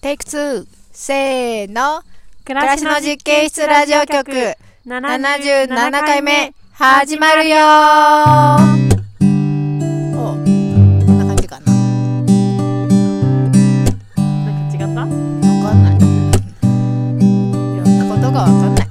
テイク2せーの暮暮らしの実験室ラジオ局77回目始まるよー。お、こんな感じかな。 なんか違った？ わかんない。いろんなことがわかんない。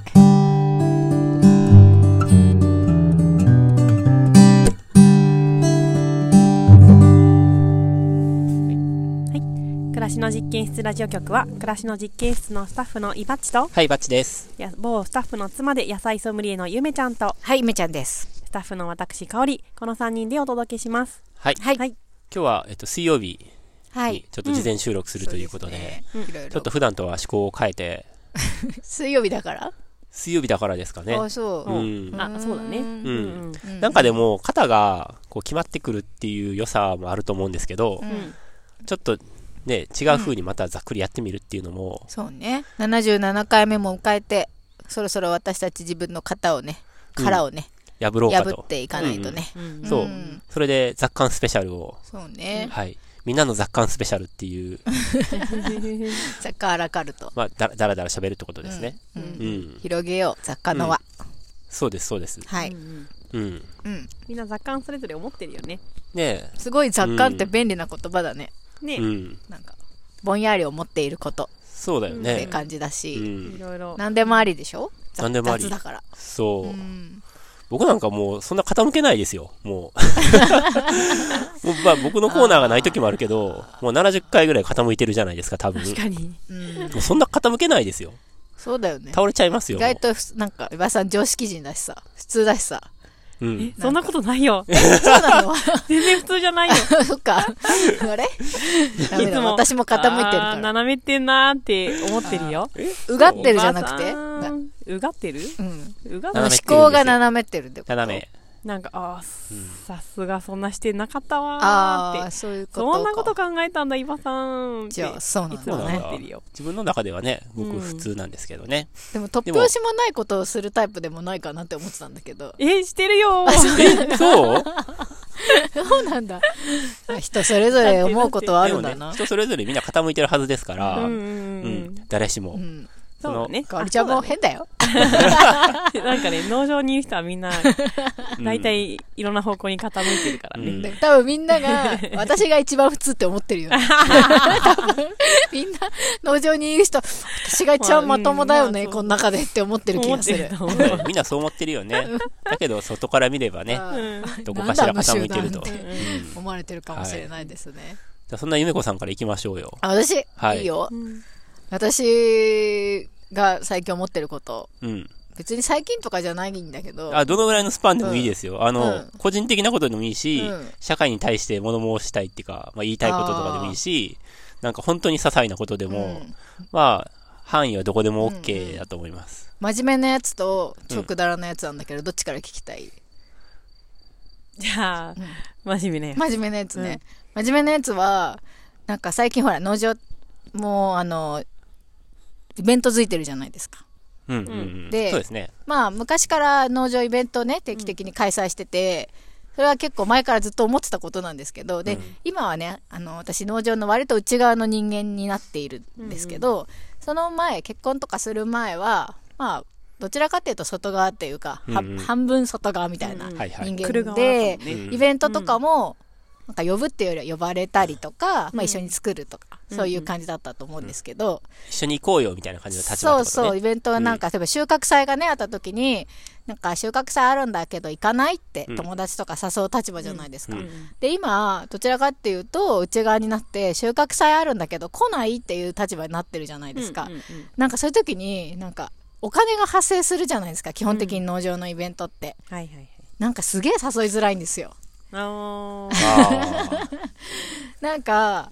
暮らしの実験室ラジオ局は暮らしの実験室のスタッフのイバッチとはい、バッチです。 某スタッフの妻で野菜ソムリエのゆめちゃんとはい、めちゃんです。 スタッフの私かおり、この3人でお届けします。 はい。 はい。 はい。 今日は、水曜日はいに。ちょっと事前収録するということで、 そうですねいろいろちょっと普段とは思考を変えて、 水曜日だから水曜日だからですかね。 あ、そうう。 ん。 あ、そうだね。 うんうんなんかでも、肩がこう決まってくるっていう良さもあると思うんですけど、 うんちょっとね、違う風にまたざっくりやってみるっていうのも、 そうね。77回目も迎えて、そろそろ私たち自分の型をね、殻をね、 破ろうかと。 破っていかないとね。 うんそううんそれで雑感スペシャルを、 そうね。 はい。みんなの雑感スペシャルっていう、 雑貨アラカルト。 まあ、だらだら喋るってことですね。 うんうん。 広げよう、雑貨の輪。 そうです、そうです。 はい。 うんうん。 うん。 みんな雑感それぞれ思ってるよね。 ねすごい雑貨って便利な言葉だね。 ね、 え。うん。 なんか、ぼんやり思っていることそうだよってね。 感じだうし、 ん。 いろいろ。 何でもありでしょ何でもあり雑だから。 そう。 うん僕なんかもうそんな傾けないですよ、もう。もうまあ僕のコーナーがない時もあるけど、もう70回ぐらい傾いてるじゃないですか、多分。 確かに。 うん。 もうそんな傾けないですよ。 そうだよね。 倒れちゃいますよ。 意外と、なんか、岩井さん常識人だしさ、普通だしさ。 うん。 そんなことないよ。 そうなの全然普通じゃないよ。 そっか。あれダメだ。 いつも私も傾いてるあーから。 斜めてんなーって思ってるよ。 うがってるじゃなくておばさんうがってるうん。 うがっ思斜め考が斜めってるってこと。 斜め。 なんか、あー、 うんさすがそんなしてなかったわああ、 ーって。 そういうことか。 そんなこと考えたんだ、今さんって。 じゃあ、そうなんいつもだね。 思ってるよ。 自分の中ではね、僕普通なんですけどね。 でも、突拍子もないことをするタイプでもないかなって思ってたんだけど。 してるよー。 そうそうなんだ。人それぞれ思うことはあでもねるんだな。、 人それぞれみんな傾いてるはずですから、 うんうんううんん、誰しもう。ん。 そうだね。 かおりちゃんも変だよ。 なんかね、農場にいる人はみんな、大体いろんな方向に傾いてるからね。 うんで多分みんなが、私が一番普通って思ってるよね。多分、みんな、農場にいる人、私が一番まともだよね、 まあこの中でって思ってる気がする。 思ってると思うみんなそう思ってるよね。だけど、外から見ればね、 うんどこかしら傾いてると。 なんだあの集団ってうん思われてるかもしれないですね。 じゃあそんなゆめこさんから行きましょうよ。 あ、私、 はいいいよう。ん私が最近思ってること。 うん。 別に最近とかじゃないんだけど。 どのぐらいのスパンでもいいですよ。 うん個人的なことでもいいし、 うん社会に対して物申したいっていうか、まあ、言いたいこととかでもいいし、なんか本当に些細なことでも、 うんまあ、範囲はどこでも OK だと思います。 真面目なやつと超くだらなやつなんだけど、どっちから聞きたい？ じゃあ、真面目ね。 真面目なやつね。真面目なやつは、なんか最近ほら、農場、もうイベントづいてるじゃないですか。 うんうんうん。 でそうですね。 まあ、昔から農場イベントをね、定期的に開催してて、それは結構前からずっと思ってたことなんですけど、で、今はね、私農場の割と内側の人間になっているんですけど、その前、結婚とかする前は、まあ、どちらかっていうと外側っていうか、半分外側みたいなうんはいはい。 人間来る側だでったもんね、 イベントとかも、なんか呼ぶっていうよりは呼ばれたりとか、まあ一緒に作るとか、そういう感じだったと思うんですけど、 一緒に行こうよみたいな感じの立場そうそう、 ってことね。 イベントはなんか、例えば収穫祭がね、あった時に、なんか収穫祭あるんだけど行かないって友達とか誘う立場じゃないですか。 うんで、今、どちらかっていうと、内側になって収穫祭あるんだけど来ないっていう立場になってるじゃないですか。 うんうんうんなんかそういう時に、なんか、お金が発生するじゃないですか、基本的に農場のイベントって。 はいはいはい。 なんかすげえ誘いづらいんですよ。 ああなんか、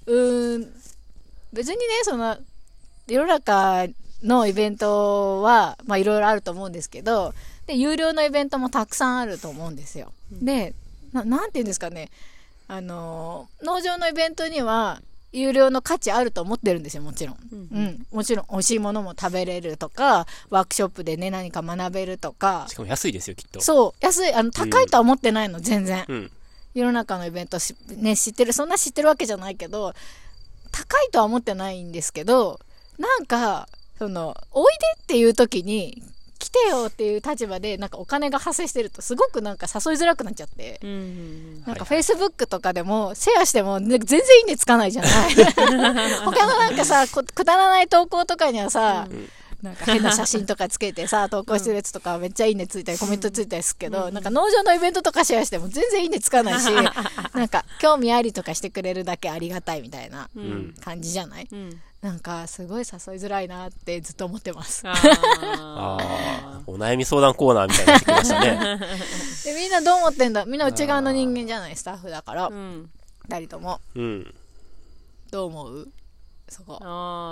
別にね、世の中のイベントは、まあいろいろあると思うんですけど、で、有料のイベントもたくさんあると思うんですよ。で、なんていうんですかね、農場のイベントには、有料の価値あると思ってるんですよ、もちろん。もちろん、美味しいものも食べれるとか、ワークショップでね、何か学べるとかし。かも安いですよ、きっと。 そう、安い、高いとは思ってないの、全然。 うん。 世の中のイベントね、知ってる、そんな知ってるわけじゃないけど、 高いとは思ってないんですけど、なんか、おいでっていう時に、来てよっていう立場で、なんかお金が発生してると、すごくなんか誘いづらくなっちゃって、なんか Facebook とかでも、シェアしても、全然いいねつかないじゃない他のなんかさ、くだらない投稿とかにはさ、なんか変な写真とかつけてさ、投稿してるやつとかめっちゃいいねついたりコメントついたりするけど、なんか農場のイベントとかシェアしても全然いいねつかないし、なんか興味ありとかしてくれるだけありがたいみたいな感じじゃない？なんかすごい誘いづらいなってずっと思ってます。 お悩み相談コーナーみたいになってきましたね。 で、みんなどう思ってんだ？みんな内側の人間じゃない、スタッフだから。二人とも。どう思う？そこ。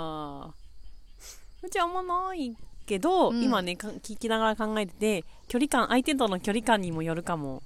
うちはあんまないけど、今ね聞きながら考えてて、相手との距離感にもよるかも。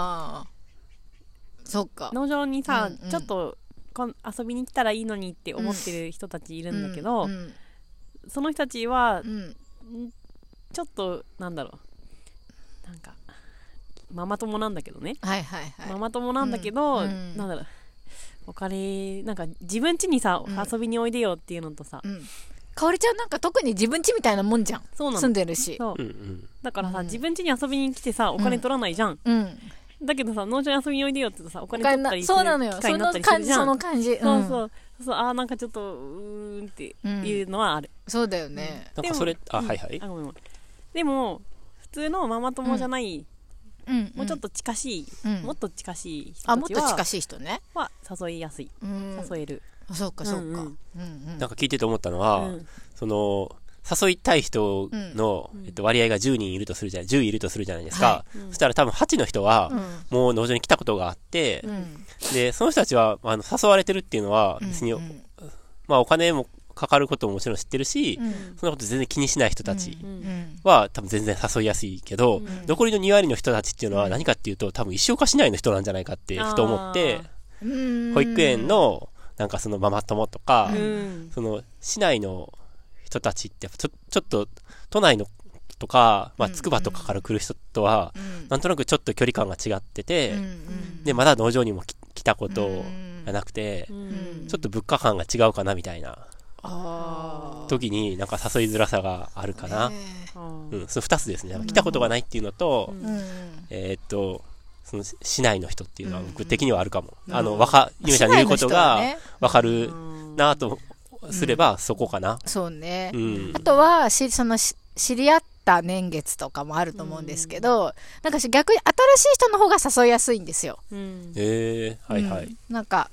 そっか。 農場にさ、ちょっと遊びに来たらいいのにって思ってる人たちいるんだけど、その人たちは、ちょっとなんだろう、なんかママ友なんだけどね、ママ友なんだけど、なんだろう、お金なんか自分家にさ、遊びにおいでよっていうのとさ、 かおりちゃんなんか特に自分家みたいなもんじゃん。住んでるし。 だからさ、自分家に遊びに来てさ、お金取らないじゃん。だけどさ、農場に遊びにおいでよって言うとさ、お金取ったりする機会になったりするじゃん。 その感じ。 なんかちょっとっていうのはある。 そうだよね。 なんかそれ、はいはい。 でも普通のママ友じゃない、もうちょっと近しい、もっと近しい人たちは、 もっと近しい人ね。 は誘いやすい。誘える。 そうかそうか。 なんか聞いてて思ったのは、その誘いたい人の、割合が10人いるとするじゃない、10いるとするじゃないですか。そしたら多分8の人は、もう農場に来たことがあって、で、その人たちは、誘われてるっていうのは、別に、お金もかかることももちろん知ってるし、そんなこと全然気にしない人たちは、多分全然誘いやすいけど、残りの2割の人たちっていうのは何かっていうと、多分石岡市内の人なんじゃないかって、ふと思って、保育園の、なんかそのママ友とか、その市内の人たちってちょっと都内のとか、つくばとかから来る人とは、なんとなくちょっと距離感が違ってて、でまだ農場にも来たことがなくて、ちょっと物価感が違うかなみたいな時になんか誘いづらさがあるかな。その2つですね。来たことがないっていうのと、その市内の人っていうのは僕的にはあるかも。ゆめちゃんの言うことが分かるなとすればそこかな。 そうね。あとはその知り合った年月とかもあると思うんですけど、なんか逆に新しい人の方が誘いやすいんですよ。 はいはい。 なんか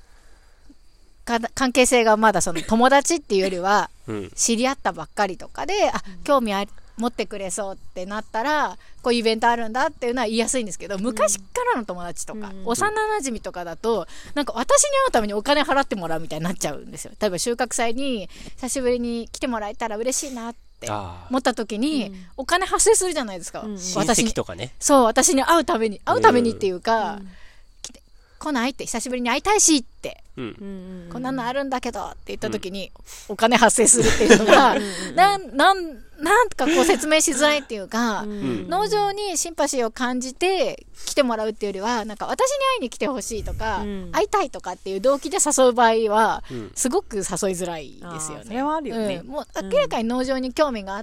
関係性がまだその友達っていうよりは知り合ったばっかりとかで、興味持ってくれそうってなったら、こういうイベントあるんだっていうのは言いやすいんですけど、昔からの友達とか、幼馴染とかだと、なんか私に会うためにお金払ってもらうみたいになっちゃうんですよ。例えば収穫祭に久しぶりに来てもらえたら嬉しいなって思った時に、お金発生するじゃないですか。 親戚とかね。 そう、私に会うためにっていうか、来ないって久しぶりに会いたいしって、こんなのあるんだけどって言った時に、お金発生するっていうのがなんかこう説明しづらいっていうか、農場にシンパシーを感じて来てもらうっていうよりは、なんか私に会いに来てほしいとか、会いたいとかっていう動機で誘う場合は、すごく誘いづらいですよね。 それはあるよね。 もう明らかに農場に興味があって、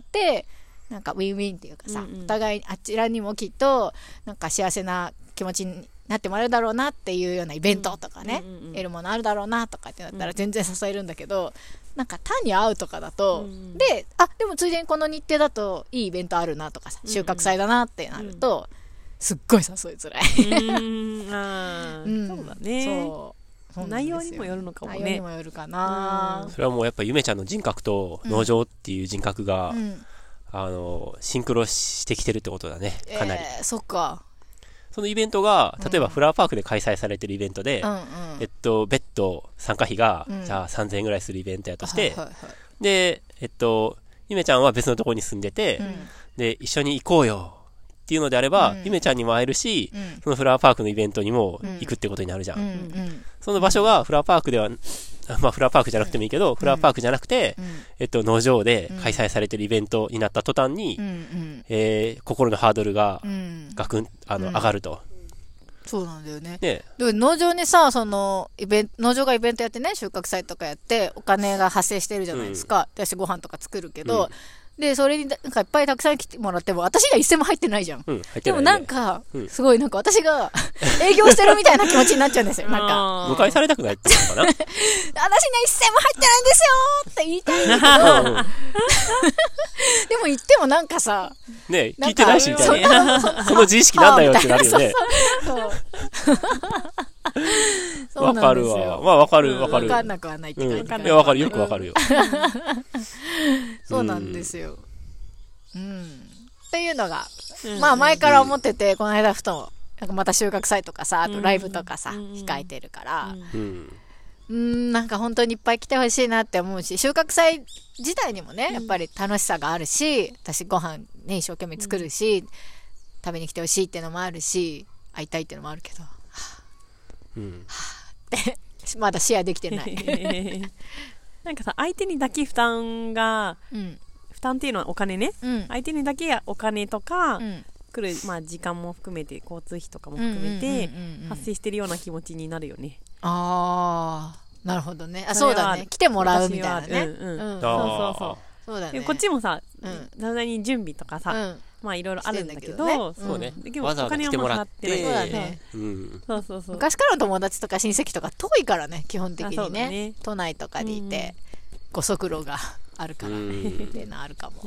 なんかウィンウィンっていうかさ、お互いあちらにもきっとなんか幸せな気持ちになってもらえるだろうなっていうようなイベントとかね、得るものあるだろうなとかってなったら全然誘えるんだけど、なんか単に会うとかだと、でもついでにこの日程だといいイベントあるなとかさ、収穫祭だなってなると、すっごい誘いづらい。 そうだね。内容にもよるのかもね。 内容にもよるかな。 それはもうやっぱゆめちゃんの人格と農場っていう人格が、シンクロしてきてるってことだね、かなり。 そっか。 そのイベントが、例えばフラワーパークで開催されてるイベントで、別途参加費が、じゃあ3000円ぐらいするイベントやとして、で、ゆめちゃんは別のところに住んでて、で、一緒に行こうよっていうのであれば、ゆめちゃんにも会えるし、そのフラワーパークのイベントにも行くってことになるじゃん。その場所がフラワーパークでは、フラワーパークじゃなくてもいいけど、フラワーパークじゃなくて、農場で開催されてるイベントになった途端に、心のハードルがガクン、上がると。 そうなんだよね。 ね。 で農場にさ、農場がイベントやってね、収穫祭とかやって、お金が発生してるじゃないですか。私ご飯とか作るけど、で、それになんかいっぱいたくさん来てもらっても、私には一銭も入ってないじゃん。 入ってないね。 でもなんか、すごいなんか私が営業してるみたいな気持ちになっちゃうんですよ。なんか。 迎えされたくないってことかな。 私には一銭も入ってないんですよって言いたいんだけど、でも言ってもなんかさ、 ね、聞いてないしみたいな。その自意識なんだよってなるよね。わかるわ。まあわかる。 わかんなくはないって感じ。 いや、わかる。よくわかるよ。 そうなんですよ。っていうのが、まあ前から思ってて、この間ふと、なんかまた収穫祭とかさ、あとライブとかさ、控えてるから、なんか本当にいっぱい来てほしいなって思うし、収穫祭自体にもね、やっぱり楽しさがあるし、私ご飯ね、一生懸命作るし、食べに来てほしいっていうのもあるし、会いたいっていうのもあるけど、ってまだシェアできてないなんかさ、相手にだけ負担っていうのはお金ね、相手にだけお金とか、来る、まあ、時間も含めて交通費とかも含めて発生してるような気持ちになるよね。 ああ、なるほどね。あ、そうだね。来てもらうみたいなね。そうだね。 こっちもさ、さすがに準備とかさ、まあいろいろあるんだけど、 そうね。 わざわざ来てもらって、 そうだね。昔からの友達とか親戚とか遠いからね、基本的にね。都内とかにいて、ご足労があるからね。っていうのはあるかも。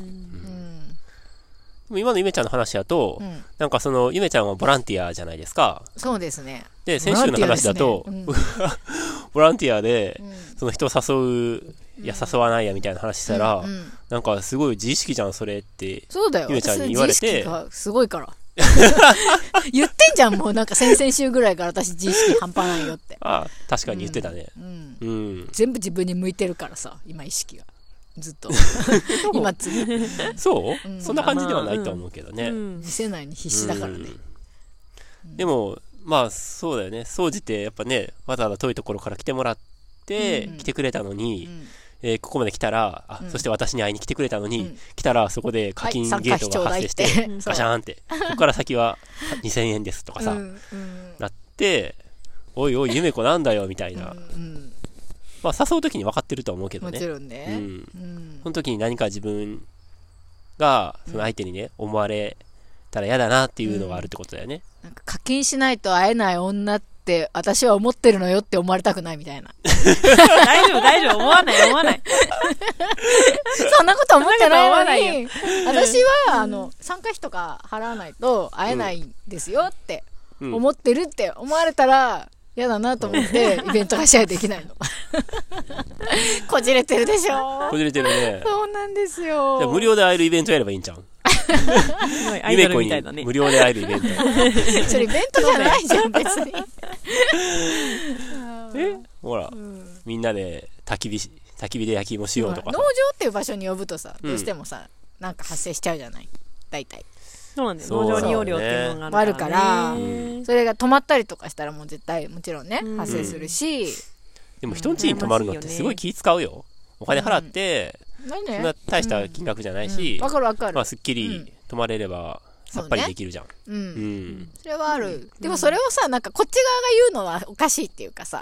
今のゆめちゃんの話だと、なんかゆめちゃんはボランティアじゃないですか。 そうですね。 で、先週の話だと、ボランティアで、その人を誘う、いや、誘わないやみたいな話したら、なんかすごい自意識じゃん、それって、ゆめちゃんに言われて。 自意識がすごいから。言ってんじゃん、もうなんか先々週ぐらいから私自意識半端ないよって。 ああ、確かに言ってたね。 全部自分に向いてるからさ、今意識が。ずっと今そうそんな感じではないと思うけどね。 見せないに必死だからね。 でもまあそうだよね。総じてやっぱね、わざわざ遠いところから来てもらって来てくれたのに、ここまで来たら、そして私に会いに来てくれたのに、来たらそこで課金ゲートが発生してガシャーンって、ここから先は2000円ですとかさなって、おいおいゆめこなんだよみたいな。まあ誘うときに分かってるとは思うけどね。 もちろんね。 その時に何か自分がその相手にね、思われたら嫌だなっていうのがあるってことだよね。 なんか課金しないと会えない女って私は思ってるのよって思われたくないみたいな。 大丈夫、思わない。 そんなこと思ってないのに、私は参加費とか払わないと会えないんですよって思ってるって思われたら、嫌だなと思ってイベントがシェアできないの。こじれてるでしょ。 こじれてるね。 そうなんですよ。 無料で会えるイベントやればいいんちゃう？ アイドルみたいだね。 無料で会えるイベント。 それイベントじゃないじゃん別に。 ほら、みんなで焚き火で焼き芋しようとか。 農場っていう場所に呼ぶとさ、どうしてもさ、なんか発生しちゃうじゃない。大体。 そうなんだよ。農場利用料っていうのがあるから、それが止まったりとかしたらもう絶対もちろんね、発生するし。 でも人ん家に泊まるのってすごい気使うよ。お金払って、そんな大した金額じゃないし、 わかるわかる。 まあすっきり泊まれればさっぱりできるじゃん。 それはある。でもそれをさ、なんかこっち側が言うのはおかしいっていうかさ、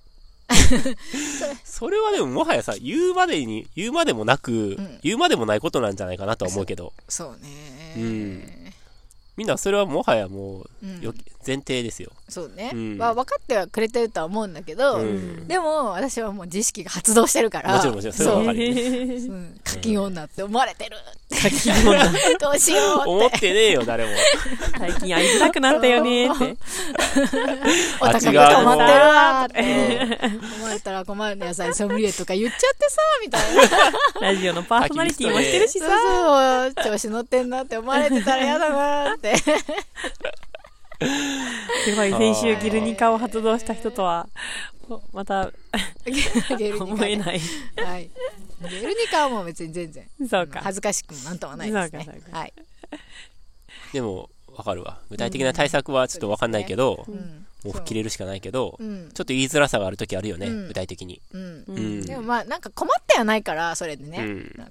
それはでももはやさ、言うまでもなく、言うまでもないことなんじゃないかなとは思うけど。 そうね。 みんなそれはもはやもう前提ですよ。 そうね。分かってはくれてるとは思うんだけど、でも私はもう自意識が発動してるから。 もちろんそれは分かる。 課金女って思われてる。課金女どうしようって。 思ってねえよ誰も。 最近会いづらくなったよねって。 お高く止まってるわって思われたら困る野菜ソムリエとか言っちゃってさみたいな。 ラジオのパーソナリティもしてるしさ。 そう調子乗ってんなって思われてたら嫌だなって。 すごい先週ゲルニカを発動した人とはまた思えない。 はい。ゲルニカはもう別に全然そうか恥ずかしくもなんともないですね。はい。 でもわかるわ。具体的な対策はちょっとわかんないけど、もう吹っ切れるしかないけど、ちょっと言いづらさがあるときあるよね、具体的に。 でもまあなんか困ってはないからそれでね、なんか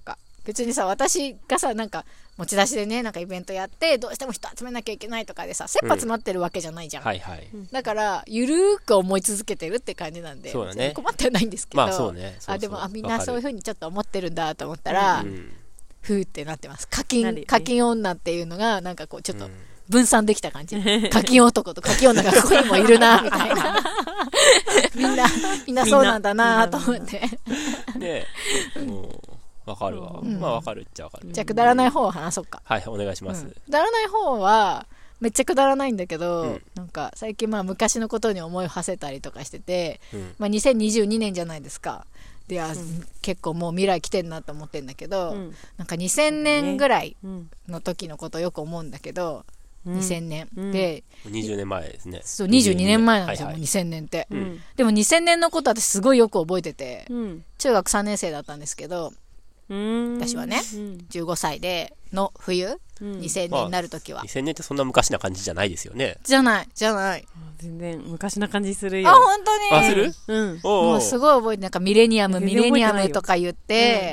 別にさ、私がさ、なんか持ち出しでね、なんかイベントやってどうしても人集めなきゃいけないとかでさ、切羽詰まってるわけじゃないじゃん、 はいはい。 だからゆるーく思い続けてるって感じなんで、 そうだね、 困ってはないんですけど、 まあそうね、 でもみんなそういう風にちょっと思ってるんだと思ったら、ふーってなってます。課金女っていうのがなんかこうちょっと分散できた感じ。課金男と課金女がここにもいるなみたいな。みんなそうなんだなと思って。 ねえ、もうわかるわ。まあわかるっちゃわかる。 じゃあくだらない方を話そうか。 はい、お願いします。 くだらない方はめっちゃくだらないんだけど、なんか最近まあ昔のことに思いを馳せたりとかしてて、まあ2022年じゃないですか。で結構もう未来来てんなと思ってんだけど、なんか2000年ぐらいの時のことをよく思うんだけど、2000年で 20年前ですね。 そう22年前なんですよ、もう2000年って、でも2000年のこと私すごいよく覚えてて、中学3年生だったんですけど、私はね、15歳での冬、2000年になるときは、 2000年ってそんな昔な感じじゃないですよね。 じゃない全然昔な感じするよ。 あ、本当に。 する？ もうすごい覚えて、なんかミレニアムとか言って、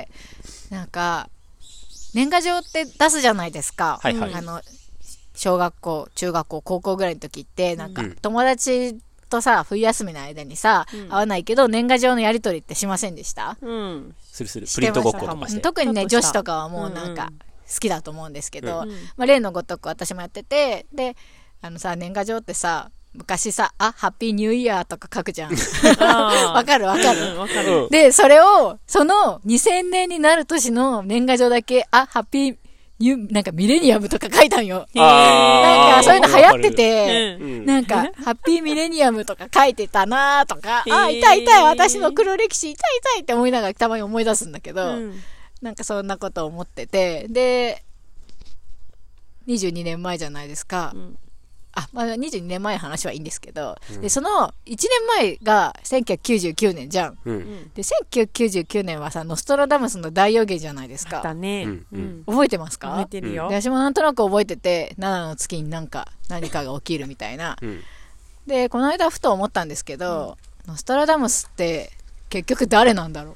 なんか年賀状って出すじゃないですか。小学校、中学校、高校ぐらいの時って、なんか友達とさ、冬休みの間にさ、会わないけど年賀状のやり取りってしませんでした？ する。プリントごっことかして。 特にね、女子とかはもうなんか好きだと思うんですけど、まあ例のごとく私もやってて、で、さ、年賀状ってさ、昔さ、ハッピーニューイヤーとか書くじゃん。わかる。で、それを、その2000年になる年の年賀状だけ、ハッピーなんかミレニアムとか書いたんよ。なんかそういうの流行ってて、なんかハッピーミレニアムとか書いてたなーとか、痛い私の黒歴史痛いって思いながらたまに思い出すんだけど、なんかそんなことを思ってて、で、22年前じゃないですか。まあ22年前の話はいいんですけど、で、その1年前が1999年じゃん。で、1999年はさ、ノストラダムスの大予言じゃないですか。 だね。 覚えてますか？ 覚えてるよ。 私もなんとなく覚えてて、7の月に何かが起きるみたいな。で、この間ふと思ったんですけど、ノストラダムスって結局誰なんだろうって。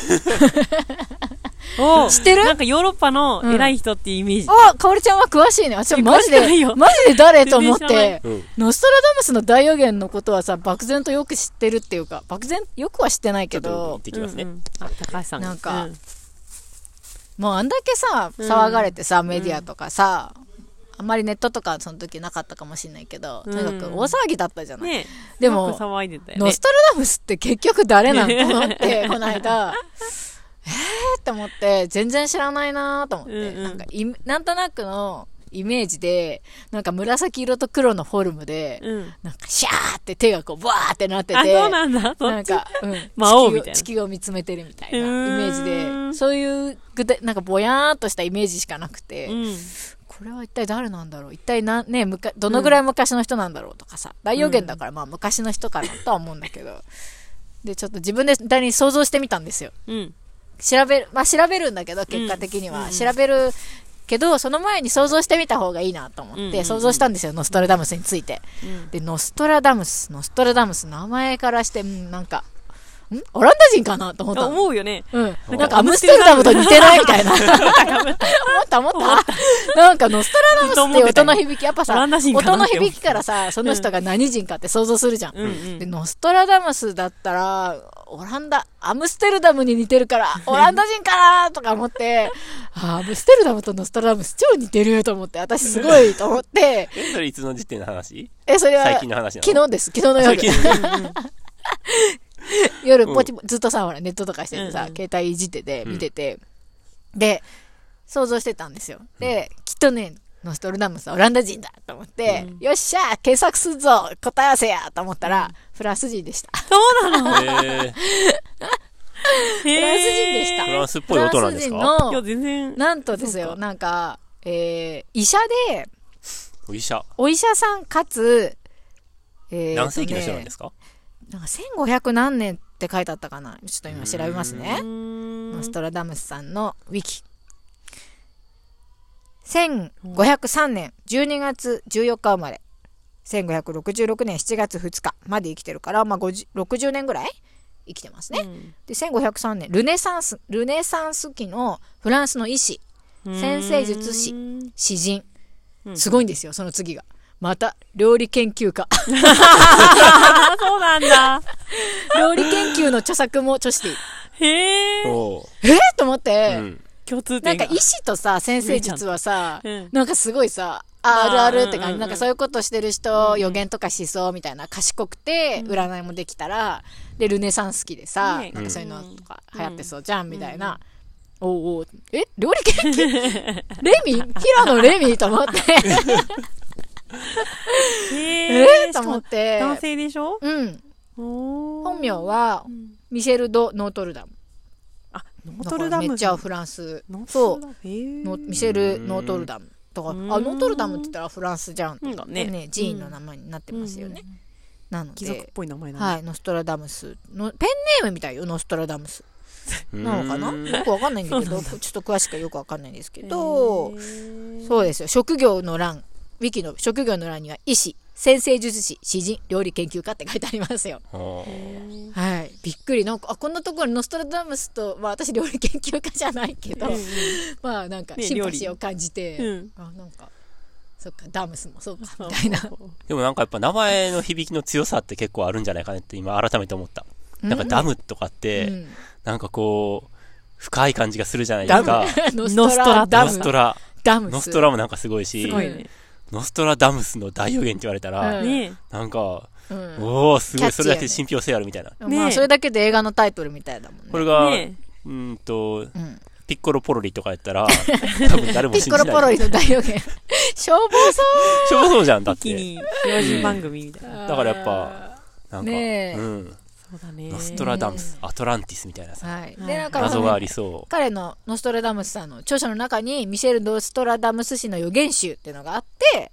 知ってる？ なんかヨーロッパの偉い人っていうイメージ。 かおりちゃんは詳しいね。私マジで誰と思って、ノストラダムスの大予言のことはさ、漠然とよく知ってるっていうか、よくは知ってないけど、 高橋さん。 なんか、もうあんだけさ、騒がれてさ、メディアとかさ、あんまりネットとかその時なかったかもしれないけど、とにかく大騒ぎだったじゃない。でも、ノストラダムスって結局誰なんと思って、この間、って思って、全然知らないなと思って、なんとなくのイメージで、なんか紫色と黒のフォルムで、なんかシャーって手がこうバーってなってて、 そうなんだ、 なんか、 魔王みたいな。 地球を見つめてるみたいなイメージで、そういうなんかぼやーっとしたイメージしかなくて、これは一体誰なんだろう、一体どのぐらい昔の人なんだろうとかさ、大予言だからまあ昔の人かなとは思うんだけど、で、ちょっと自分で誰に想像してみたんですよ。調べるんだけど、結果的には。調べるけど、その前に想像してみた方がいいなと思って、想像したんですよ、ノストラダムスについて。で、ノストラダムス、名前からして、なんか、オランダ人かなと思った。 思うよね。 なんかアムステルダムと似てないみたいな。思ったなんかノストラダムスって音の響き、やっぱさ、音の響きからさ、その人が何人かって想像するじゃん。で、ノストラダムスだったら、アムステルダムに似てるから、オランダ人かなとか思って、アムステルダムとノストラダムス超似てると思って、私すごいと思って。 それいつの時点の話？ それは最近の話なの？ 昨日です。昨日の夜。夜ずっとさ、ほらネットとかしててさ、携帯いじってて見てて、で想像してたんですよ。で、きっとね、ノストラダムスはオランダ人だと思って、よっしゃ検索するぞ答え合わせやと思ったら、フランス人でした。 そうなの？ フランス人でした。 フランスっぽい音なんですか？ いや全然。 なんとですよ、なんか、医者でお医者さんかつ、 何世紀の人なんですか？ なんか1500何年って書いてあったかな。ちょっと今調べますね。ノストラダムスさんのウィキ。1503年12月14日生まれ。1566年7月2日まで生きてるから、まあ60年ぐらい生きてますね。で、1503年、ルネサンス期のフランスの医師、占星術師、詩人。すごいんですよ、その次が。また、料理研究家。 そうなんだ。 料理研究の著作も著している。 へー。 と思って、 共通点が。 なんか医師とさ、先生術はさ、なんかすごいさ、あるあるって感じ、なんかそういうことしてる人、予言とかしそうみたいな、賢くて、占いもできたら、で、ルネサンス期でさ、なんかそういうのとか流行ってそうじゃん、みたいな。料理研究平野レミと思って。と思って。 男性でしょ？ 本名は、ミシェル・ド・ノートルダム。 ノートルダム。 めっちゃフランス。そう。ミシェル・ノートルダム。とか、ノートルダムって言ったらフランスじゃん。ね、寺院の名前になってますよね。なので。 貴族っぽい名前だね。 はい、ノストラダムス。ペンネームみたいよ、ノストラダムス。なのかなよくわかんないんだけど、ちょっと詳しくはよくわかんないんですけど、そうですよ。職業の欄、ウィキの職業の欄には医師、占星術師、詩人、料理研究家って書いてありますよ。はい。びっくり。なんか、こんなところにノストラダムスと、私料理研究家じゃないけど、まあなんか、シンパシーを感じて、なんか、そっか、ダムスもそうか、みたいな。 でもなんかやっぱ名前の響きの強さって結構あるんじゃないかねって今改めて思った。なんかダムとかって、なんかこう、深い感じがするじゃないですか。 ノストラダムス。 ノストラもなんかすごいし、ノストラダムスの大予言って言われたら、なんか、おー、すごい、それだけで信憑性あるみたいな。 まあ、それだけで映画のタイトルみたいだもんね。 これが、ピッコロポロリとかやったら、多分誰も信じない。 ピッコロポロリの大予言。消防消防そうじゃん、だって。 一気に、標準番組みたいな。 だからやっぱ、なんか、 そうだね。 ノストラダムス、アトランティスみたいなさ、 でなんか謎がありそう。 彼のノストラダムスさんの著書の中にミシェル・ノストラダムス氏の予言集っていうのがあって、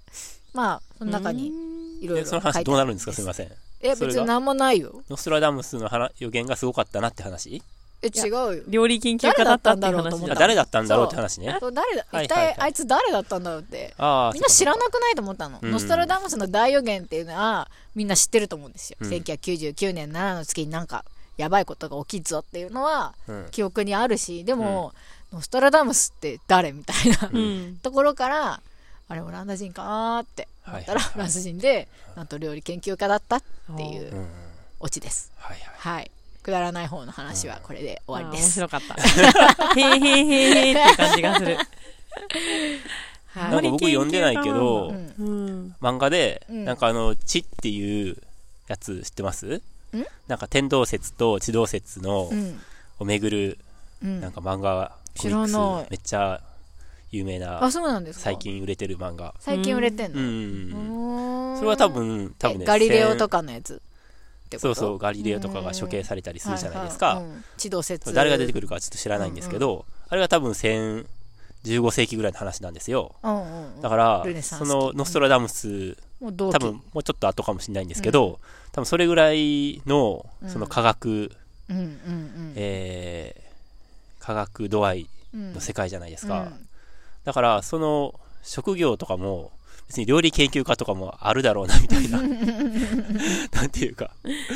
まあその中にいろいろその話どうなるんですか？すみません。 別に何もないよ。 ノストラダムスの予言がすごかったなって話？ 違うよ。 料理研究家だったって話。 誰だったんだろうって話ね。 一体あいつ誰だったんだろうって。みんな知らなくないと思ったの。ノストラダムスの大予言っていうのはみんな知ってると思うんですよ。1999年7の月になんかやばいことが起きるぞっていうのは記憶にあるし、でもノストラダムスって誰みたいなところから、あれオランダ人かなーって思ったらフランス人で、なんと料理研究家だったっていうオチです。はい。くだらない方の話はこれで終わりです。 面白かった。へーへーへーへーって感じがする。 なんか僕読んでないけど、漫画で、なんか地っていうやつ知ってます？なんか天動説と地動説のを巡る、なんか漫画、コミックスめっちゃ有名な、最近売れてる漫画。 最近売れてんの？ それは多分ね、 ガリレオとかのやつ。 そうそう、ガリレオとかが処刑されたりするじゃないですか。 地動説。 誰が出てくるかはちょっと知らないんですけど、あれは多分15世紀ぐらいの話なんですよ。だから、そのノストラダムス、多分もうちょっと後かもしれないんですけど、多分それぐらいのその科学度合いの世界じゃないですか。だからその職業とかも別に料理研究家とかもあるだろうなみたいななんていうか、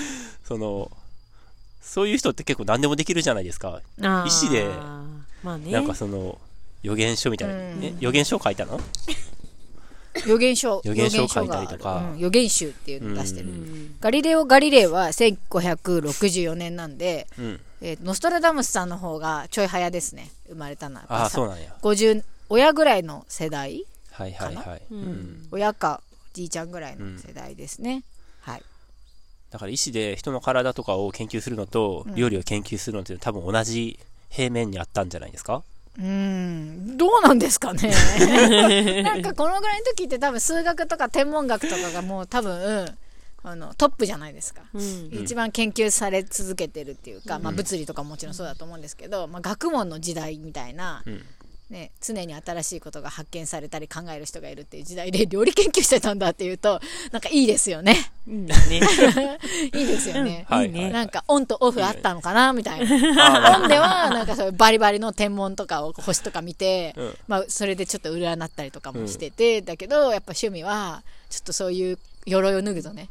そういう人って結構何でもできるじゃないですか。医師でなんかその予言書みたいな、予言書を書いたの？ 予言書を書いたりとか、 予言集っていうのを出してる。ガリレイは1564年なんで、ノストラダムスさんの方がちょい早ですね、生まれたのは。 そうなんや。 50親ぐらいの世代かな。親かじいちゃんぐらいの世代ですね。 だから医師で人の体とかを研究するのと料理を研究するのって多分同じ平面にあったんじゃないですか？ どうなんですかね。なんかこのぐらいの時って多分数学とか天文学とかがもう多分トップじゃないですか。一番研究され続けてるっていうか、物理とかもちろんそうだと思うんですけど、学問の時代みたいな、常に新しいことが発見されたり考える人がいるっていう時代で料理研究してたんだっていうと、なんかいいですよね。いいですよね。なんかオンとオフあったのかなみたいな。オンではなんかそういうバリバリの天文とかを星とか見て、それでちょっと占ったりとかもしてて、だけどやっぱ趣味はちょっとそういう鎧を脱ぐとね、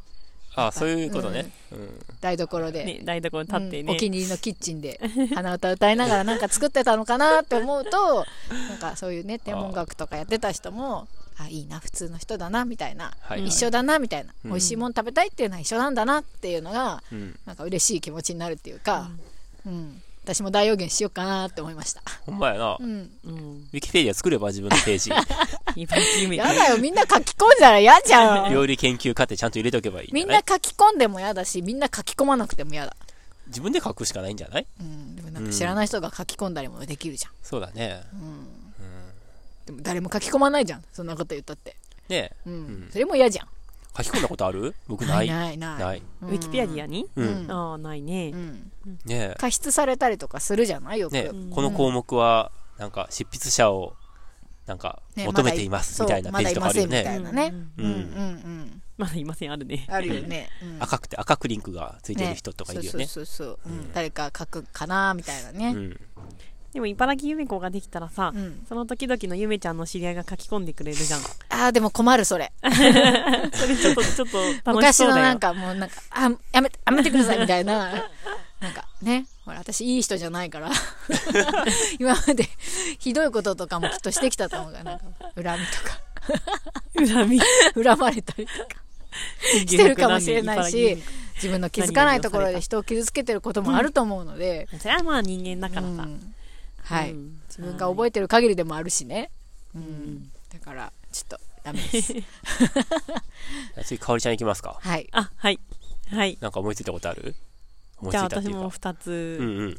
あ、そういうことね。 台所で、 ね、台所に立ってね、 お気に入りのキッチンで鼻歌歌いながらなんか作ってたのかなって思うと、なんかそういうね天文学とかやってた人も、あ、いいな、普通の人だなみたいな、一緒だなみたいな、美味しいもん食べたいっていうのは一緒なんだなっていうのが、なんか嬉しい気持ちになるっていうか、私も大予言しようかなって思いました。 ほんまやな。ウィキペディア作れば自分のページ。 やだよ、みんな書き込んだら嫌じゃん。 料理研究家ってちゃんと入れとけばいい。 みんな書き込んでも嫌だし、みんな書き込まなくても嫌だ。 自分で書くしかないんじゃない？ でもなんか知らない人が書き込んだりもできるじゃん。 そうだね。 でも誰も書き込まないじゃん、そんなこと言ったって。 ねそれも嫌じゃん。 書き込んだことある？僕ない。 ない。 ウィキペディアに？ああ、ないね。 ね、 加筆されたりとかするじゃないよく。 ね、この項目はなんか執筆者をなんか求めていますみたいなページとかあるよね。 まだいません、あるね。 あるよね。 赤くリンクがついてる人とかいるよね。 そう。誰か書くかなみたいなね。 でも茨城ゆめ子ができたらさ、その時々のゆめちゃんの知り合いが書き込んでくれるじゃん。 あー、でも困る、それ。 それちょっと楽しそうだよ。 昔のなんかもうなんか、やめてくださいみたいな。なんかね、ほら、私いい人じゃないから。今までひどいこととかもきっとしてきたと思うから、なんか恨みとか。恨まれたりとか。してるかもしれないし、自分の気づかないところで人を傷つけてることもあると思うので。 それはまあ人間だからさ。 はい、自分が覚えてる限りでもあるしね、だからちょっとダメです次かおりちゃんいきますか。 はい、 なんか思いついたことある？ じゃあ私も2つ、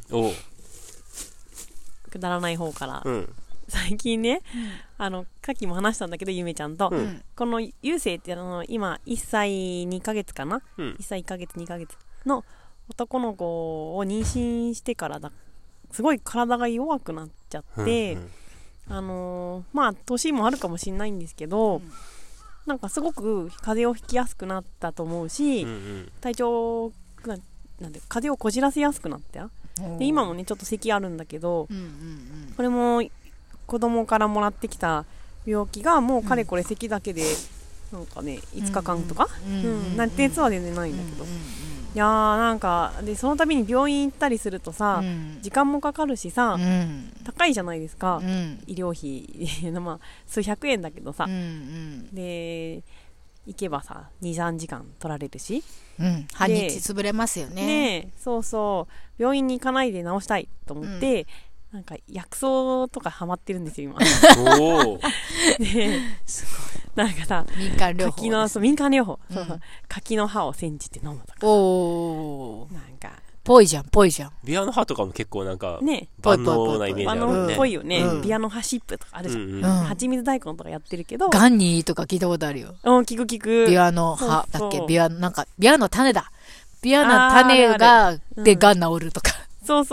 くだらない方から、最近ね、さっきも話したんだけどゆめちゃんと、このゆうせいって今1歳2ヶ月かな、1歳1ヶ月2ヶ月の男の子を妊娠してからすごい体が弱くなっちゃって、まあ年もあるかもしれないんですけど、なんかすごく風邪をひきやすくなったと思うし、体調なんで風邪をこじらせやすくなったよ。で今もねちょっと咳あるんだけど、これも子供からもらってきた病気がもうかれこれ咳だけでなんかね5日間とか、熱は全然ないんだけど、いやーなんかでその度に病院行ったりするとさ、時間もかかるしさ、高いじゃないですか、医療費まあ数百円だけどさ、で行けばさ 2,3 時間取られるし、 半日潰れますよね。 そう病院に行かないで治したいと思って、なんか薬草とかハマってるんですよ今。ですごいなんかさ、 民間療法、 民間療法、柿の葉を煎じて飲むとか、なんかぽいじゃん。 ビアの葉とかも結構なんかね、 万能なイメージあるよね。 ぽいよね、ビアの葉シップとかあるじゃん、蜂蜜大根とかやってるけど、 ガンニーとか聞いたことあるよ。 聞くビアの葉だっけ、ビアの種だ、ビアの種がでガン治るとか。 そう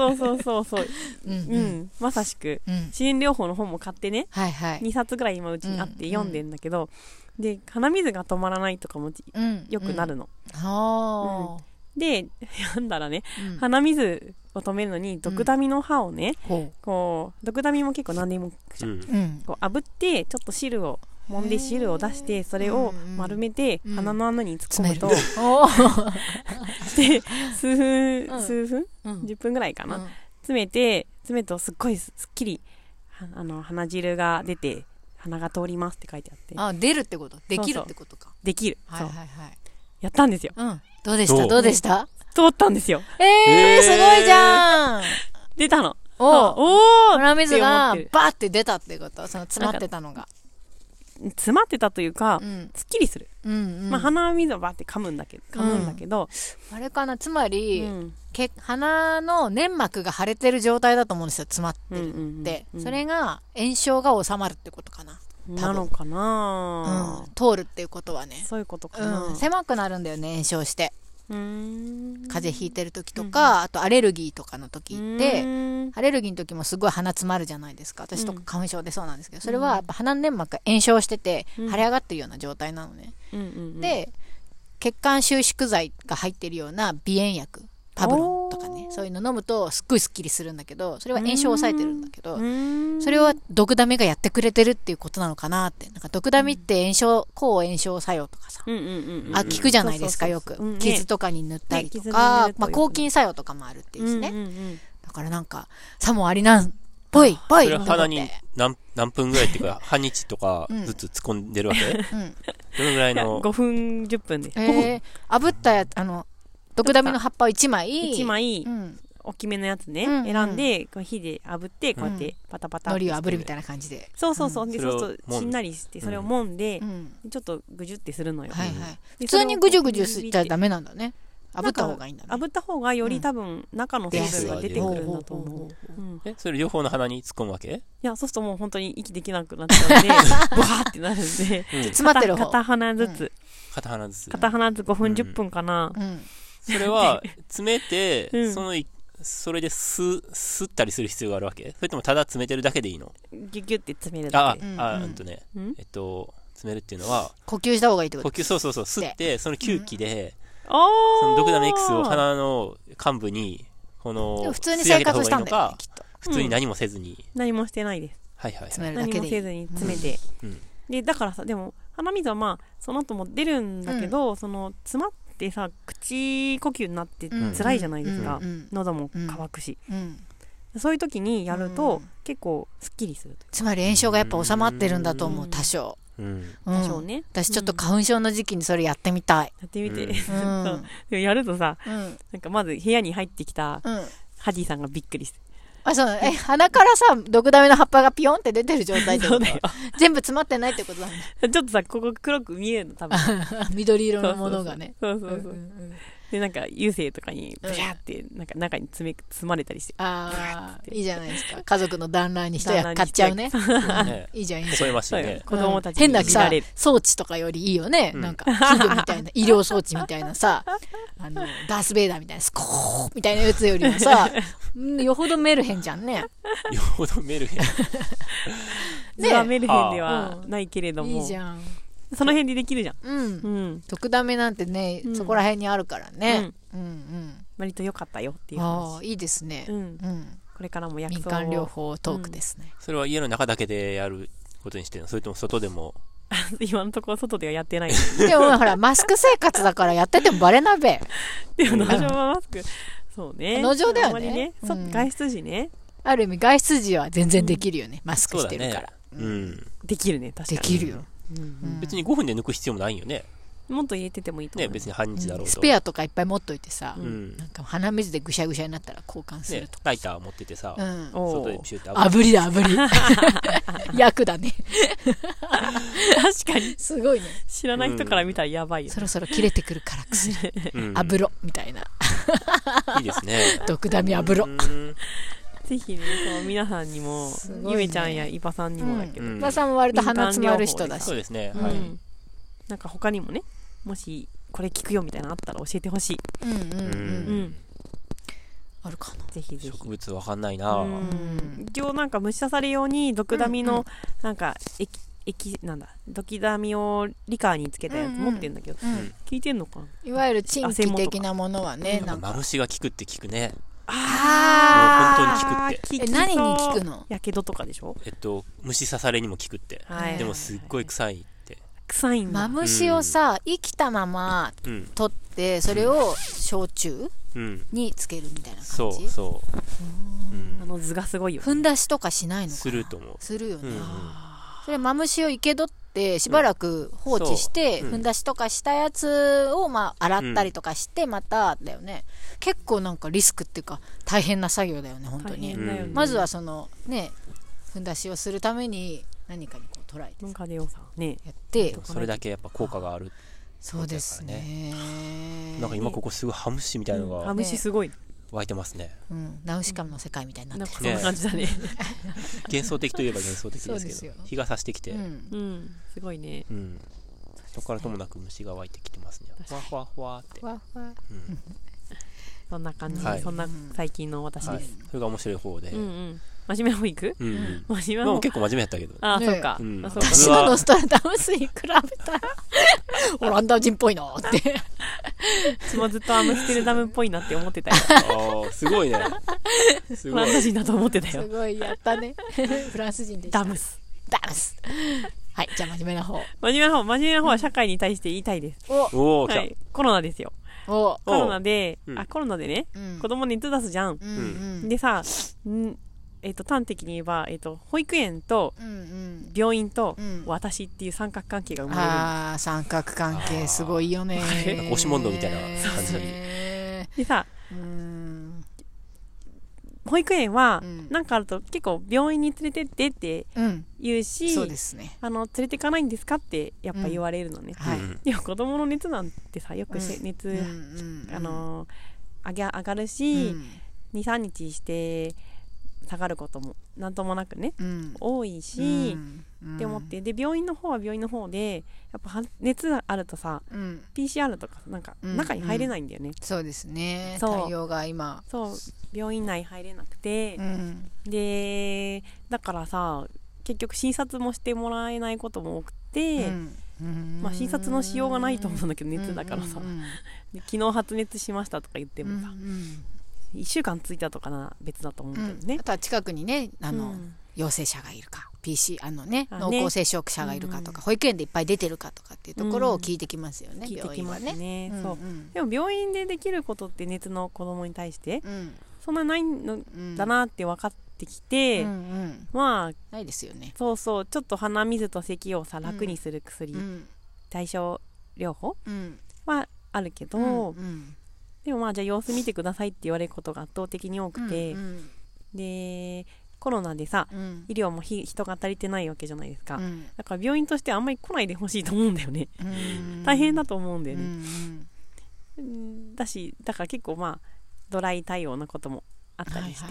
まさしく、自然療法の本も買ってね、2冊ぐらい今うちにあって読んでんだけど、で鼻水が止まらないとかもよくなるの、で読んだらね、鼻水を止めるのにドクダミの葉をね、こうドクダミも結構何でもこう炙ってちょっと汁を揉んで汁を出してそれを丸めて鼻の穴に突っ込むと、で数分、10分ぐらいかな、詰めとすっごいすっきり鼻汁が出て鼻が通りますって書いてあって、 出るってこと、できるってことか。 できる、やったんですよ。 どうでした？ 通ったんですよ。 すごいじゃん。 出たの。 鼻水がバーって出たってこと、その詰まってたのが。 詰まってたというか、すっきりする。鼻水をバーって噛むんだけど、 あれかな、つまり、鼻の粘膜が腫れてる状態だと思うんですよ、詰まってるって。それが炎症が収まるってことかな。 なのかな、 通るっていうことはね、 そういうことかな、 狭くなるんだよね、炎症して。風邪ひいてる時とか、あとアレルギーとかの時って、アレルギーの時もすごい鼻詰まるじゃないですか。私とか花粉症でそうなんですけど、それはやっぱ鼻の粘膜が炎症してて腫れ上がってるような状態なのね。で、血管収縮剤が入ってるような鼻炎薬パブロンとかね、そういうの飲むとすっごいスッキリするんだけど、それは炎症を抑えてるんだけど、それは毒ダミがやってくれてるっていうことなのかなって。なんか毒ダミって抗炎症作用とかさ、効くじゃないですか、よく。傷とかに塗ったりとか、まあ抗菌作用とかもあるっていうしね。だからなんか、さもありなんぽいぽい。 それは鼻に何分ぐらいっていうか、半日とかずつ突っ込んでるわけ？どのぐらいの ？5分10分で。 炙ったやつ、毒ダミの葉っぱを1枚、大きめのやつね、選んで、火で炙って、こうやってパタパタ。 海苔を炙るみたいな感じで。 そうそうそう。で、そうするとしんなりして、それを揉んで、ちょっとぐじゅってするのよ。 普通にぐじゅぐじゅしちゃダメなんだね。炙った方がいいんだね。 炙った方がより多分中の成分が出てくるんだと思う。 それ両方の鼻に突っ込むわけ？ いや、そうするともう本当に息できなくなっちゃうんで、ブワーってなるんで、 詰まってる方。 片鼻ずつ。 片鼻ずつ 5分10分かな。 それは詰めて、それで吸ったりする必要があるわけ？それともただ詰めてるだけでいいの？ ギュギュって詰めるだけ。 詰めるっていうのは呼吸した方がいいってこと？ 呼吸、そう吸ってその吸気でその毒ダミ X を鼻の幹部に普通に生活したんだよね、きっと。 普通に何もせずに。 何もしてないです。 詰めるだけでいい。 何もせずに詰めて。で、だからさ、でも鼻水はまあその後も出るんだけど、その詰まってさ、口呼吸になって辛いじゃないですか。喉も乾くし。そういう時にやると結構スッキリする。 つまり炎症がやっぱ収まってるんだと思う、多少。 多少ね。 私ちょっと花粉症の時期にそれやってみたい。 やってみて。でもやるとさ、なんかまず部屋に入ってきたハジーさんがびっくりして。 鼻からさ、毒ダミの葉っぱがピヨンって出てる状態ってこと？全部詰まってないってことなんだ。 ちょっとさ、ここ黒く見えるの、多分。 緑色のものがね。 そう。で、なんか、油性とかに、ブシャーって、なんか中に包まれたりして。 いいじゃないですか。家族の団らんに一役買っちゃうね。いいじゃん、いいじゃん。 子供たち変なさ、装置とかよりいいよね。なんか、器具みたいな、医療装置みたいなさ、ダースベイダーみたいな、スコーみたいなやつよりもさ、よほどメルヘンじゃんね。 よほどメルヘン。 図はメルヘンではないけれども。 いいじゃん。 その辺でできるじゃん。毒ダミなんてね、そこら辺にあるからね。 割と良かったよっていう話。 いいですね。 これからも薬草民間療法トークですね。 それは家の中だけでやることにしてるの？それとも外でも？ 今のところ外ではやってない。 でもほら、マスク生活だからやっててもバレなべ。 でも農場はマスク、そうね。 農場だよね。 外出時ね。 ある意味外出時は全然できるよね。マスクしてるから。 できるね、確かに。 できるよ。 別に5分で抜く必要もないよね。 もっと入れててもいいと思う。 ね、別に半日だろうと。 スペアとかいっぱい持っといてさ、なんか鼻水でぐしゃぐしゃになったら交換するとか。 ライター持っててさ、外でピシュって炙りだ、炙り。薬だね。 確かに。 すごいね。 知らない人から見たらやばいよ。 そろそろ切れてくるから薬。炙ろ、みたいな。 いいですね。 毒ダミ炙ろ。 ぜひね、皆さんにも、ゆめちゃんやイパさんにもだけど。 イパさんも割と鼻詰まる人だし。 そうですね。はい。 なんか他にもね、もしこれ聞くよみたいなのあったら教えてほしい。 あるかな。 ぜひぜひ。 植物わかんないな。 一応なんか虫刺され用に毒ダミのなんかなんだ毒ダミをリカーにつけたやつ持ってるんだけど、聞いてんのかな。 いわゆる鎮気的なものはね、 なんかマムシが効くって聞くね。 もう本当に効くって。 何に効くの？ やけどとかでしょ？ 虫刺されにも効くって。でもすっごい臭いって。 臭いんだ。 マムシをさ、生きたまま取ってそれを焼酎につけるみたいな感じ。 そう。 図がすごいよ。 ふんだしとかしないのかな？ すると思う。 するよね。それマムシを生け取ってしばらく放置してふんだしとかしたやつを洗ったりとかしてまただよね。結構なんかリスクっていうか大変な作業だよね、本当に。まずはそのね、ふんだしをするために何かにこう捉えて文化でよさねやってそれだけやっぱ効果がある。 そうですね。 なんか今ここすごいハムシみたいなのがハムシすごい湧いてますね。 ナウシカの世界みたいになってる。そんな感じだね。 幻想的といえば幻想的ですけど、日が差してきて、 すごいね。 そこからともなく虫が湧いてきてますね。ふわふわふわって。 そんな感じ、 はい、 そんな最近の私です、 それが面白い方で、 真面目な方行く？ 真面目な方結構真面目やったけど。 そうか。 私のノストラダムスに比べたらオランダ人っぽいなって。 私もずっとアムステルダムっぽいなって思ってたよ。 すごいね。 オランダ人だと思ってたよ。 すごいやったね。フランス人でした。 ダムス。 はい、じゃあ真面目な方。 真面目な方は社会に対して言いたいです。はい、コロナですよ。コロナでね、子供熱出すじゃん。でさ、端的に言えば、保育園と病院と私っていう三角関係が生まれる。 ああ、三角関係すごいよね。 押し問答みたいな感じでさ、保育園はなんかあると結構病院に連れてってって言うし、 そうですね。 連れてかないんですかってやっぱ言われるのね。でも子供の熱なんてさ、よく熱上がるし、2、3日して下がることもなんともなくね、多いし、って思って、で病院の方は病院の方でやっぱ熱あるとさ、PCR とかなんか中に入れないんだよね。 そうですね。対応が今病院内入れなくて、でだからさ結局診察もしてもらえないことも多くて、診察のしようがないと思うんだけど、熱だからさ、で昨日発熱しましたとか言ってもさ、1週間ついたとかな別だと思うけどね、 あとは近くにね陽性者がいるか PC 濃厚接触者がいるかとか、保育園でいっぱい出てるかとかっていうところを聞いてきますよね、 聞いてきますね。そうでも病院でできることって熱の子供に対してそんなないのだなって分かってきて、まあないですよね。 そうちょっと鼻水と咳をさ楽にする薬、対症療法はあるけど、でもじゃあ様子見てくださいって言われることが圧倒的に多くて、でコロナでさ、医療も人が足りてないわけじゃないですか、だから病院としてあんまり来ないでほしいと思うんだよね。大変だと思うんだよね。だから結構ドライ対応のこともあったりして、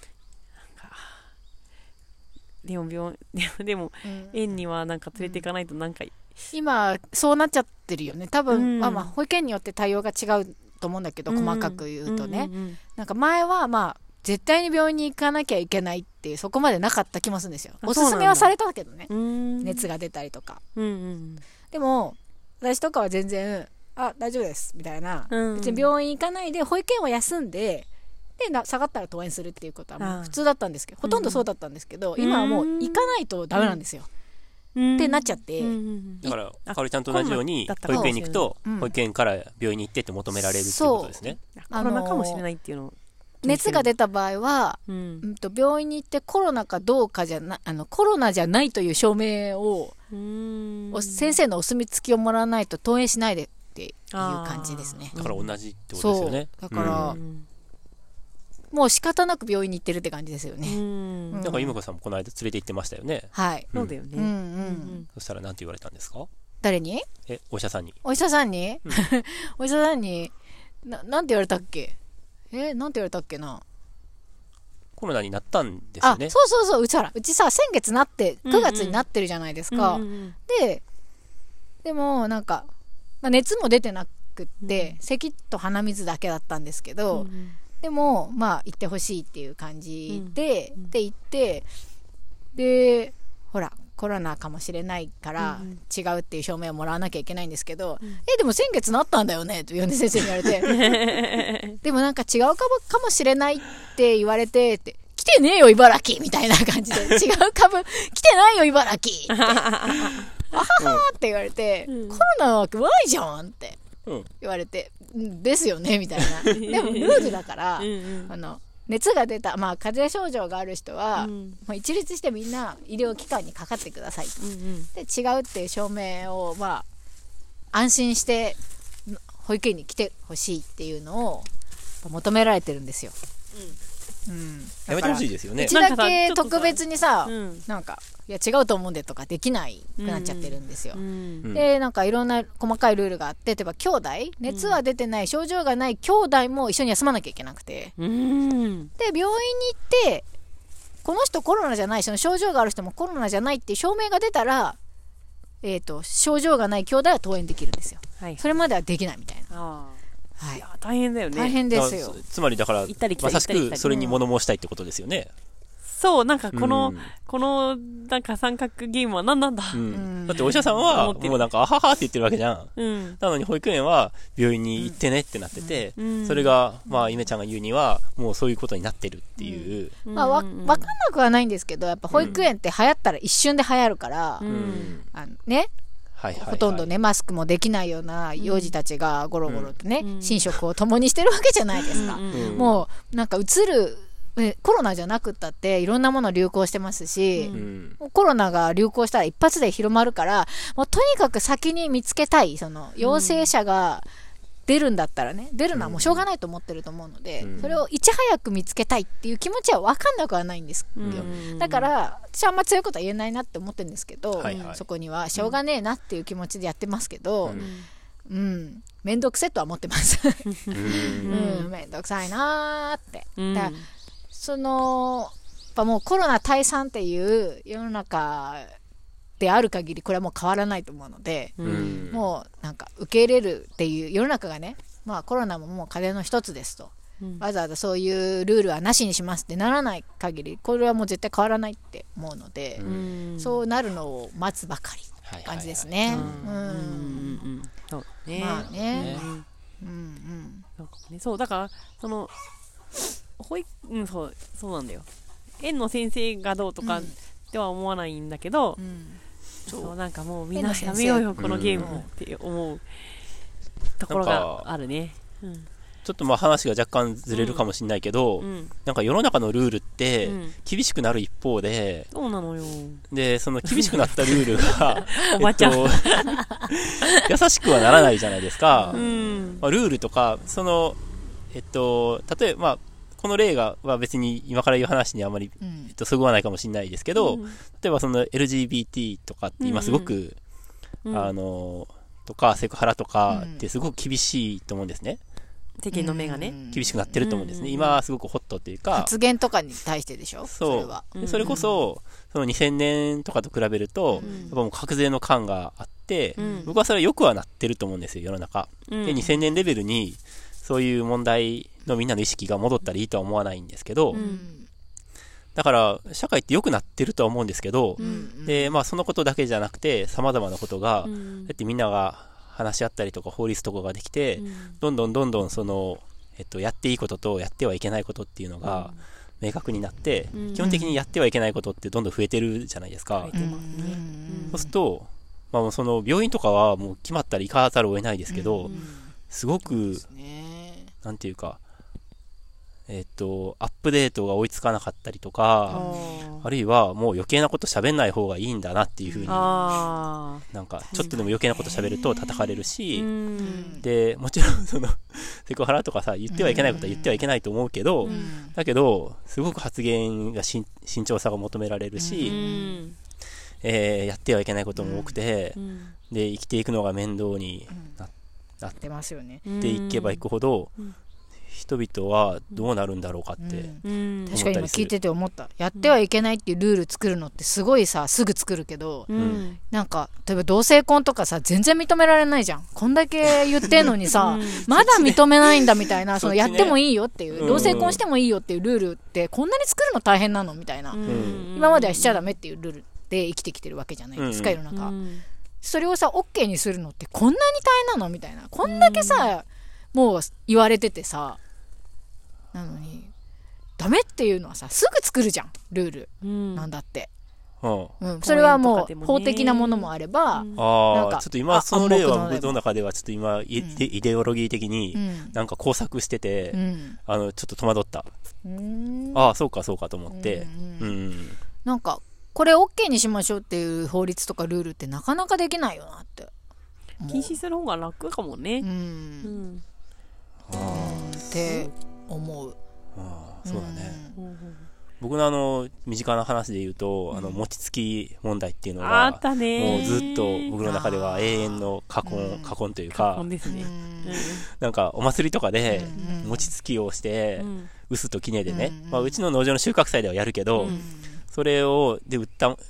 でも園にはなんか連れていかないとなんか、 今そうなっちゃってるよね多分。保育園によって対応が違うと思うんだけど、細かく言うとね、なんか前は絶対に病院に行かなきゃいけないってそこまでなかった気もするんですよ。おすすめはされたけどね、熱が出たりとか、でも私とかは全然大丈夫ですみたいな、別に病院行かないで保育園を休んで下がったら登園するっていうことはもう普通だったんですけど、ほとんどそうだったんですけど、今はもう行かないとダメなんですよ、ってなっちゃって、 だからかおりちゃんと同じように保育園に行くと保育園から病院に行ってって求められるっていうことですね。 コロナかもしれないっていうのを熱が出た場合は、病院に行ってコロナかどうかコロナじゃないという証明を先生のお墨付きをもらわないと登園しないでっていう感じですね。 だから同じってことですよね。 だから、もう仕方なく病院に行ってるって感じですよね。 なんかゆめこさんもこの間連れて行ってましたよね。 はい、 そうだよね。 そしたら何て言われたんですか？ 誰に？ お医者さんに。 お医者さんにお医者さんになんて言われたっけ？なんて言われたっけな。 コロナになったんですよね。 そう、うちさ先月なって9月になってるじゃないですか。でもなんか、熱も出てなくって、咳と鼻水だけだったんですけど、でも行ってほしいっていう感じで、行ってでほらコロナかもしれないから違うっていう証明をもらわなきゃいけないんですけど、でも先月なったんだよねと米先生に言われてでもなんか違うかもしれないって言われてって来てねえよ茨城みたいな感じで違う株来てないよ茨城ってあははって言われて、コロナなわけないじゃんって言われて、ですよねみたいなでもルールだから熱が出た、風邪症状がある人は、一律してみんな医療機関にかかってくださいと、で違うっていう証明を、安心して保育園に来てほしいっていうのを求められてるんですよ。 やめてほしいですよね。 うちだけ特別にさ、なんかいや違うと思うんでとかできないくなっちゃってるんですよ。でなんかいろんな細かいルールがあって、例えば兄弟熱は出てない、症状がない兄弟も一緒に休まなきゃいけなくて、で病院に行ってこの人コロナじゃない、その症状がある人もコロナじゃないっていう証明が出たら、症状がない兄弟は登園できるんですよ。それまではできないみたいな。 はい、 いや大変だよね。 大変ですよ。 つまりだから行ったり来たりまさしくそれに物申したいってことですよね。 そう、なんかこのなんか三角ゲームは何なんだ、 だってお医者さんはもうなんかあははって言ってるわけじゃん、なのに保育園は病院に行ってねってなってて、それがまあゆめちゃんが言うにはもうそういうことになってるっていう、 まあわかんなくはないんですけど、やっぱ保育園って流行ったら一瞬で流行るから、ね、ほとんどねマスクもできないような幼児たちがゴロゴロとね、寝食を共にしてるわけじゃないですか、もうなんか映るコロナじゃなくったっていろんなもの流行してますし、コロナが流行したら一発で広まるから、もうとにかく先に見つけたい、その陽性者が出るんだったらね、出るのはもうしょうがないと思ってると思うので、それをいち早く見つけたいっていう気持ちは分かんなくはないんですよ、だから私はあんま強いことは言えないなって思ってるんですけど、そこにはしょうがねえなっていう気持ちでやってますけど、めんどくせえとは思ってますめんどくさいなーって、だからそのやっぱもうコロナ退散っていう世の中である限りこれはもう変わらないと思うので、もうなんか受け入れるっていう世の中がね、まあコロナももう風邪の一つですと、わざわざそういうルールはなしにしますってならない限りこれはもう絶対変わらないって思うので、そうなるのを待つばかりって感じですね。 そうね。 まあね。 そうだからそのそうなんだよ。園の先生がどうとかでは思わないんだけど、そうなんかもうみんなやめようよこのゲームって思うところがあるね。 ちょっとまあ話が若干ずれるかもしれないけど、なんか世の中のルールって厳しくなる一方で、 そうなのよ。でその厳しくなったルールがおばちゃん優しくはならないじゃないですか。まあ、ルールとかその例えばこの例は別に今から言う話にあまり、そぐわないかもしれないですけど、例えばその LGBT とかって今すごく、とかセクハラとかってすごく厳しいと思うんですね。 世間の目がね、 厳しくなってると思うんですね。今はすごくホットっていうか、 発言とかに対してでしょ。 それこそその2000年とかと比べると、やっぱもう格税の感があって、僕はそれは良くはなってると思うんですよ世の中。で2000年レベルにそういう問題のみんなの意識が戻ったらいいとは思わないんですけど、だから社会って良くなってるとは思うんですけど、でまあそのことだけじゃなくて様々なことが、だってみんなが話し合ったりとか法律とかができて、どんどんその、やっていいこととやってはいけないことっていうのが明確になって、基本的にやってはいけないことってどんどん増えてるじゃないですか。そうすると、まあ、その病院とかはもう決まったら行かざるを得ないですけど、すごくなんていうか、アップデートが追いつかなかったりとか、あるいはもう余計なこと喋んない方がいいんだなっていうふうに、なんかちょっとでも余計なこと喋ると叩かれるし、でもちろんそのセクハラとかさ、言ってはいけないことは言ってはいけないと思うけど、だけどすごく発言が慎重さが求められるし、やってはいけないことも多くて、で生きていくのが面倒になってますよね。でいけばいくほど、人々はどうなるんだろうかって、 確かに今聞いてて思った。やってはいけないっていうルール作るのってすごいさ、すぐ作るけど、なんか例えば同性婚とかさ、全然認められないじゃん。こんだけ言ってんのにさ、まだ認めないんだみたいな、そのやってもいいよっていう、同性婚してもいいよっていうルールってこんなに作るの大変なのみたいな、今まではしちゃダメっていうルールで生きてきてるわけじゃないですか、世の中。それをさ OK にするのってこんなに大変なのみたいな、こんだけさ、もう言われててさ、なのにダメっていうのはさ、すぐ作るじゃんルール、なんだって、それはもう法的なものもあれば、なんかちょっと今その例は僕の中ではちょっと今イデオロギー的になんか工作してて、ちょっと戸惑った。そうかそうかと思って、 なんかこれ OK にしましょうっていう法律とかルールってなかなかできないよなって。 禁止する方が楽かもね。 って思う。 そうだね。僕の身近な話で言うと、餅つき問題っていうのがもうずっと僕の中では永遠の禍根というか、なんかお祭りとかで餅つきをして臼と杵でね、うちの農場の収穫祭ではやるけど、それをで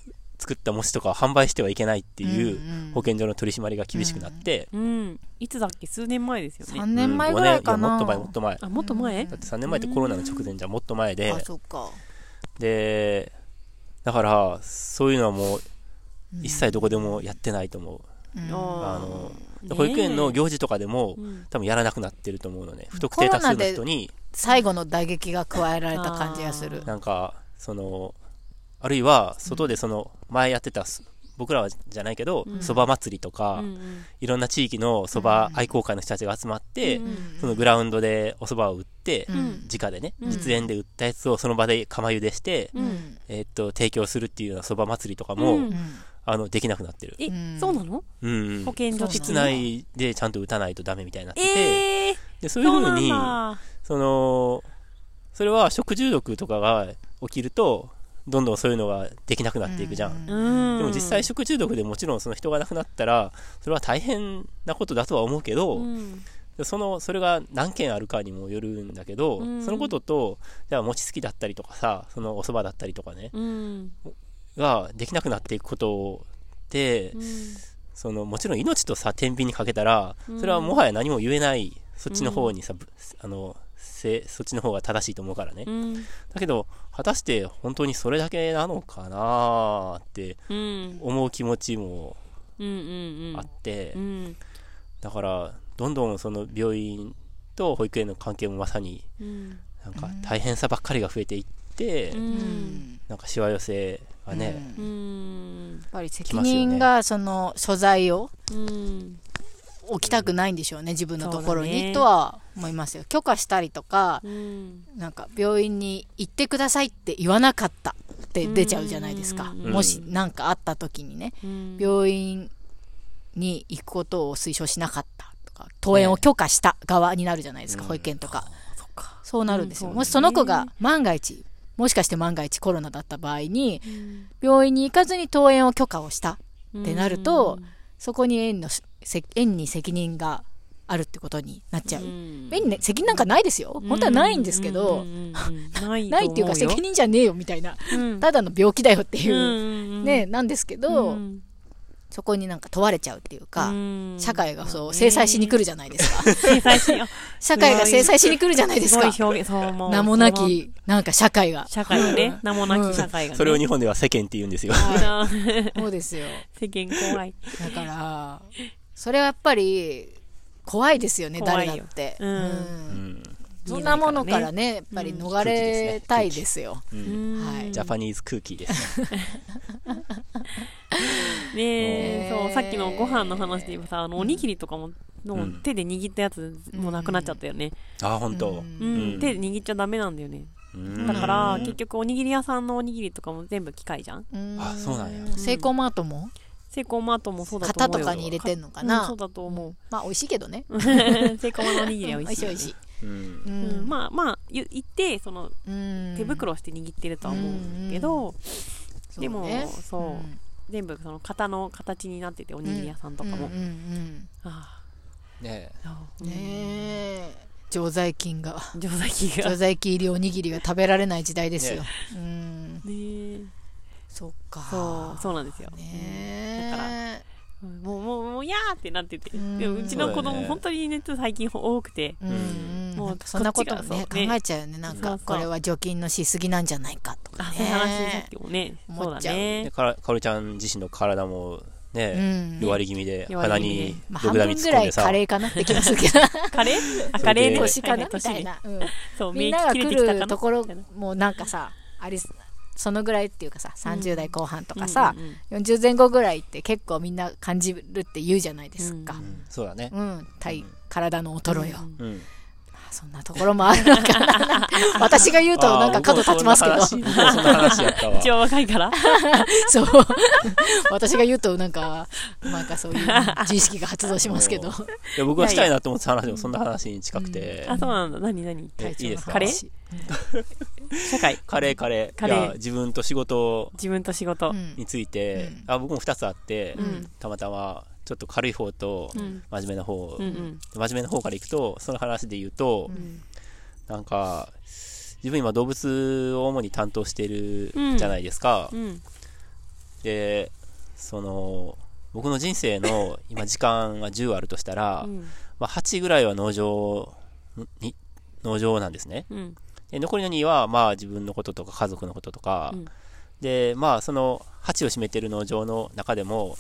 作った模試とかを販売してはいけないっていう保健所の取り締まりが厳しくなって、 いつだっけ、数年前ですよね。 3年前ぐらいかな。 もっと前もっと前。 あ、もっと前？ だって3年前ってコロナの直前じゃもっと前で、 あ、そっか。 でだからそういうのはもう一切どこでもやってないと思う。保育園の行事とかでも多分やらなくなってると思うのね。不特定多数の人に最後の打撃が加えられた感じがする。 なんかあるいは外で前やってた僕らはじゃないけどそば祭りとか、いろんな地域のそば愛好会の人たちが集まって、そのグラウンドでおそばを売って、直でね、実演で売ったやつをその場で釜茹でして、提供するっていうようなそば祭りとかも、できなくなってる。 そうなの？保健所室内でちゃんと打たないとダメみたいになってて、でそういうふうにそれは食中毒とかが起きるとどんどんそういうのができなくなっていくじゃん。でも実際食中毒でもちろんその人が亡くなったらそれは大変なことだとは思うけど、それが何件あるかにもよるんだけど、そのこととじゃあ餅つきだったりとかさ、そのお蕎麦だったりとかね、ができなくなっていくことで、もちろん命とさ天秤にかけたらそれはもはや何も言えない、そっちの方にさ、そっちの方が正しいと思うからね、だけど果たして本当にそれだけなのかなって思う気持ちもあって、だからどんどんその病院と保育園の関係もまさになんか大変さばっかりが増えていって、なんかしわ寄せがね、 やっぱり責任がその所在を置きたくないんでしょうね、自分のところに、とは思いますよ。許可したりとか、なんか病院に行ってくださいって言わなかったって出ちゃうじゃないですか。もし何かあった時にね、病院に行くことを推奨しなかったとか、登園を許可した側になるじゃないですか、保育園とか。そうなるんですよ。もしその子がもしかして万が一コロナだった場合に、病院に行かずに登園を許可をしたってなると、そこに園に責任があるってことになっちゃう。園に責任なんかないですよ。本当はないんですけど、ないっていうか責任じゃねえよみたいな、ただの病気だよっていうね、なんですけど、そこになんか問われちゃうっていうか、社会がそう制裁しに来るじゃないですか。社会が制裁しに来しですか。名もなきなんか社会がね、名もなき社会がね。 それを日本では世間って言うんですよ。 そうですよ。 世間怖い。 だからそれはやっぱり怖いですよね、誰だって。そんなものからね、やっぱり逃れたいですよ。 ジャパニーズ空気ですね。そうさっきのご飯の話で言えばさ、おにぎりとかも手で握ったやつもなくなっちゃったよね。 あ、本当。 手で握っちゃダメなんだよね。だから結局おにぎり屋さんのおにぎりとかも全部機械じゃん。 あ、そうなんや。 セイコーマートもセイコーマートもそうだと思うよ。 型とかに入れてんのかな。 そうだと思う。 まあ美味しいけどね。 セイコーマートのおにぎりは美味しい。 美味しい。 まあ行ってその手袋して握ってるとは思うけど、でもそう全部その型の形になってて、おにぎり屋さんとかもねえ常在菌常在菌入りおにぎりが食べられない時代ですよ。そっか。 そうなんですよ。だからもうやーってなってて、でもうちの子供本当に熱最近多くて、 もうそんなこともね考えちゃうよね。なんかこれは除菌のしすぎなんじゃないかとかね。 そういう話さっきもね、そうだね。 かおりちゃん自身の体もね、弱り気味で鼻に毒ダミ突っ込んでさ、 半分ぐらいカレーかなって気がするけど、 カレーカレー年かなみたいな。みんなが来るところもなんかさ、そのぐらいっていうかさ、30代後半とかさ、40前後ぐらいって結構みんな感じるって言うじゃないですか。 そうだね。 体の衰えを。そんなところもあるのかな。私が言うとなんか角立ちますけど。 そんな話やったわ。 一応若いから。 そう。私が言うとなんかそういう自意識が発動しますけど。 僕がしたいなと思ってた話もそんな話に近くて。 あ、そうなんだ。何いいですか。 カレー社会カレー。自分と仕事について、僕も2つあって、たまたまちょっと軽い方と真面目な方、真面目な方からいくと、その話で言うと、なんか自分今動物を主に担当してるじゃないですか。 で、僕の人生の今時間が10あるとしたら、まあ、8ぐらいは農場なんですね。で残りの2は、まあ自分のこととか家族のこととか、で、まあその8を占めてる農場の中でも、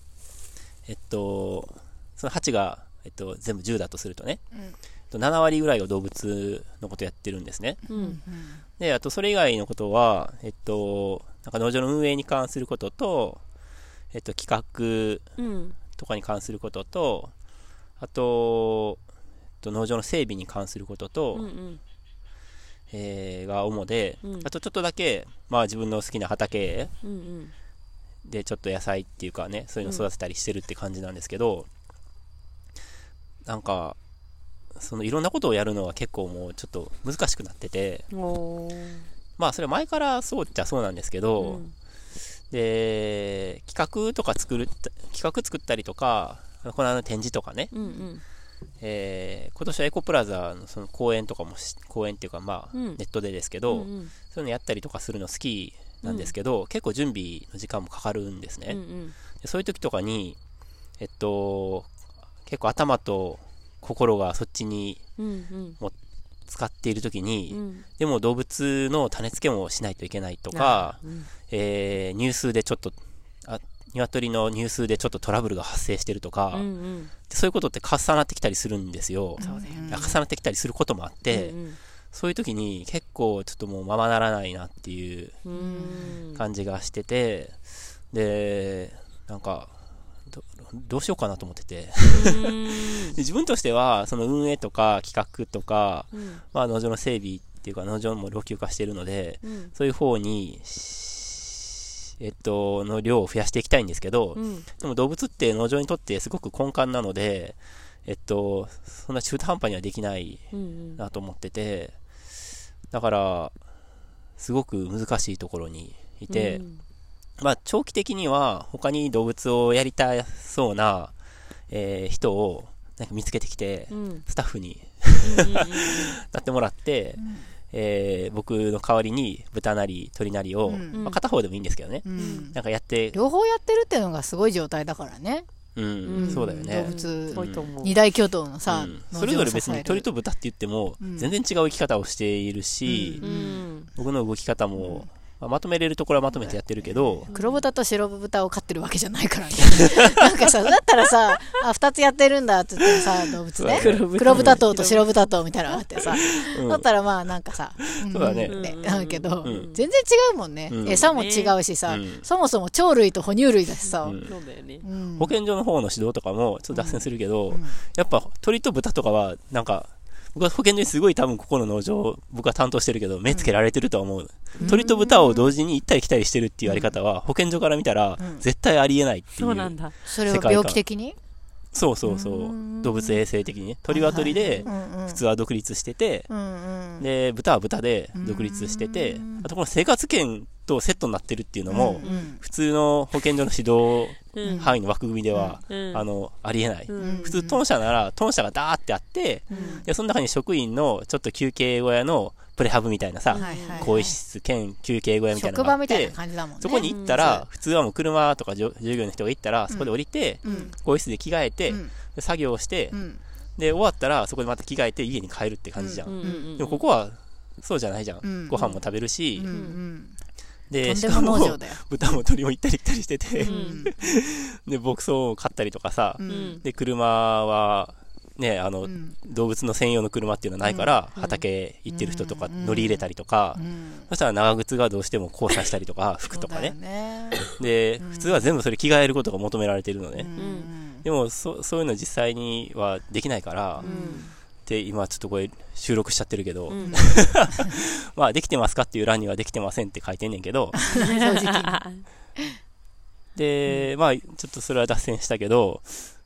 その8が、全部10だとするとね、7割ぐらいが動物のことやってるんですね。で、あとそれ以外のことは、なんか農場の運営に関することと、企画とかに関することと、あと、農場の整備に関することと、が主で、あとちょっとだけ、まあ自分の好きな畑でちょっと野菜っていうかね、そういうの育てたりしてるって感じなんですけど、なんか、いろんなことをやるのは結構もうちょっと難しくなってて、まあそれ前からそうっちゃそうなんですけど、で、企画作ったりとか、この間の展示とかね、今年はエコプラザのその公演とかも、公演っていうかまあネットでですけど、そういうのやったりとかするの好きなんですけど、結構準備の時間もかかるんですね。でそういう時とかに、結構頭と心がそっちにも使っている時に、でも動物の種付けもしないといけないとか、乳数でちょっと鶏の乳数でちょっとトラブルが発生してるとか、そういうことって重なってきたりするんですよ。重なってきたりすることもあって、そういう時に結構ちょっともうままならないなっていう感じがしてて、でなんかどうしようかなと思っててで自分としてはその運営とか企画とか、まあ、農場の整備っていうか農場も老朽化しているので、そういう方にの量を増やしていきたいんですけど、でも動物って農場にとってすごく根幹なので、そんな中途半端にはできないなと思ってて、だからすごく難しいところにいて、まあ長期的には他に動物をやりたそうな、人をなんか見つけてきて、スタッフになってもらって、僕の代わりに豚なり鳥なりを、まあ、片方でもいいんですけどね、なんかやって両方やってるっていうのがすごい状態だからね。 そうだよね。 動物二大巨頭のさ、 それぞれ別に鳥と豚って言っても全然違う生き方をしているし、僕の動き方もまとめれるところはまとめてやってるけど、 黒豚と白豚を飼ってるわけじゃないからねなんかさ、だったらさ、2つやってるんだって言ってさ、動物ね、黒豚頭と白豚頭みたいなのがあってさ、だったらまあなんかさ、 そうだね、 なんけど、全然違うもんね、餌も違うしさ、そもそも鳥類と哺乳類だしさ、 そうだよね。 保健所の方の指導とかもちょっと脱線するけど、やっぱ鳥と豚とかはなんか僕は保健所にすごい多分ここの農場僕は担当してるけど目つけられてるとは思う、鳥と豚を同時に行ったり来たりしてるっていうやり方は保健所から見たら絶対ありえないっていう、 そうなんだ。 それは病気的に、 そう動物衛生的にね、鳥は鳥で普通は独立してて、で豚は豚で独立してて、あとこの生活圏とセットになってるっていうのも、普通の保健所の指導範囲の枠組みでは、ありえない、普通豚舎なら豚舎がダーってあって、でその中に職員のちょっと休憩小屋のプレハブみたいなさ、更衣室兼休憩小屋みたいなのがあって、 職場みたいな感じだもんね。 そこに行ったら、普通はもう車とか従業員の人が行ったらそこで降りて、更衣室で着替えて、で作業をして、で終わったらそこでまた着替えて家に帰るって感じじゃん、でもここはそうじゃないじゃん、ご飯も食べるし、でしかも豚も鶏も行ったり来たりしてて、で牧草を買ったりとかさ、で車はね、動物の専用の車っていうのはないから、畑行ってる人とか乗り入れたりとか、そしたら長靴がどうしても交差したりとか服とかね、で普通は全部それ着替えることが求められてるのね、でもそういうの実際にはできないから、で今ちょっとこれ収録しちゃってるけど、まあできてますかっていう欄にはできてませんって書いてんねんけどでまあちょっとそれは脱線したけど、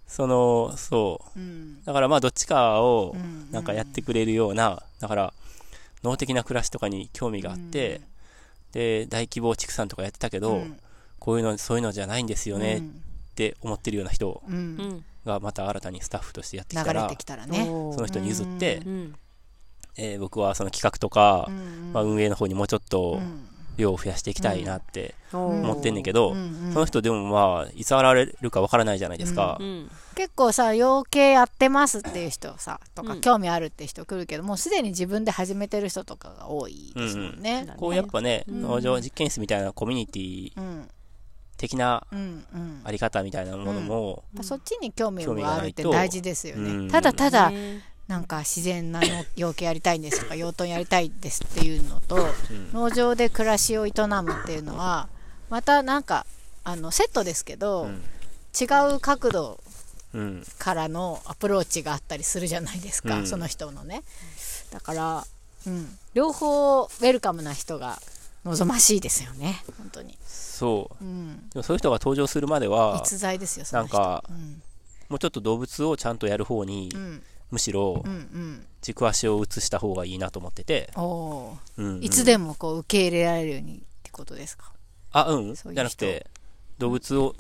だからまあどっちかをなんかやってくれるような、だから農的な暮らしとかに興味があって、で大規模畜産とかやってたけど、そういうのじゃないんですよねって思ってるような人がまた新たにスタッフとしてやってきたら、 流れてきたらね、 その人に譲って、僕はその企画とか、まあ、運営の方にもうちょっと量を増やしていきたいなって思ってんねんけど、その人でもまあいつ現れるかわからないじゃないですか、 結構さ養鶏やってますっていう人さとか、興味あるって人来るけど、もうすでに自分で始めてる人とかが多いですもんね、 こうやっぱね、農場実験室みたいなコミュニティ的なあり方みたいなものも、 そっちに興味があるって大事ですよね。ただただなんか自然な養鶏やりたいんですとか養豚やりたいですっていうのと、農場で暮らしを営むっていうのはまたなんかセットですけど、違う角度からのアプローチがあったりするじゃないですか、その人のね。だから、両方ウェルカムな人が望ましいですよね、本当に。 そう、でもそういう人が登場するまでは逸材ですよ、その人。 なんか、もうちょっと動物をちゃんとやる方に、むしろ軸足を移した方がいいなと思ってて、 いつでもこう受け入れられるようにってことですか？ じゃなくて動物を、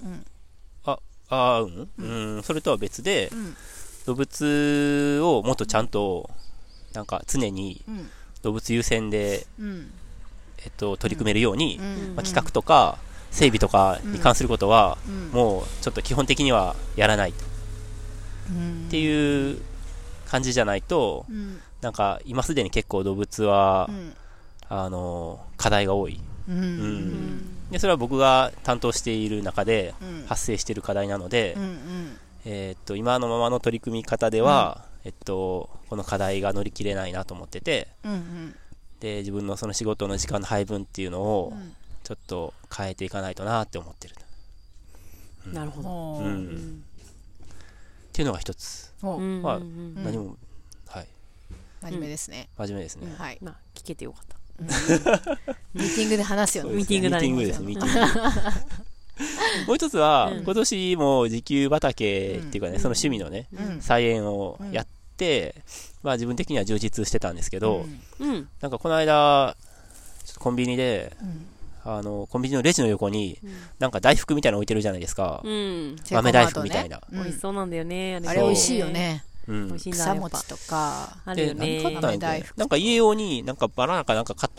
それとは別で、動物をもっとちゃんとなんか常に動物優先で、取り組めるように、企画とか整備とかに関することは、もうちょっと基本的にはやらないっていう感じじゃないと、なんか今すでに結構動物は、課題が多い、でそれは僕が担当している中で発生している課題なので、今のままの取り組み方では、この課題が乗り切れないなと思ってて、で自分のその仕事の時間の配分っていうのをちょっと変えていかないとなって思ってる、 なるほど、 っていうのが一つ、まあ何も、 真面目ですね。 真面目ですね。 はい。まあ聞けてよかった。 ミーティングで話すよね。 ミーティングだね。 ミーティングですね。ミーティング。もう一つは、今年も自給畑っていうかね、その趣味のね、菜園をやって、まあ自分的には充実してたんですけど、なんかこの間、ちょっとコンビニで、コンビニのレジの横に、なんか大福みたいなの置いてるじゃないですか。豆大福みたいな。 美味しそうなんだよね。 あれ美味しいよね。 草餅とかあるよね。 豆大福。 なんか家用になんかバナナかなんか買って、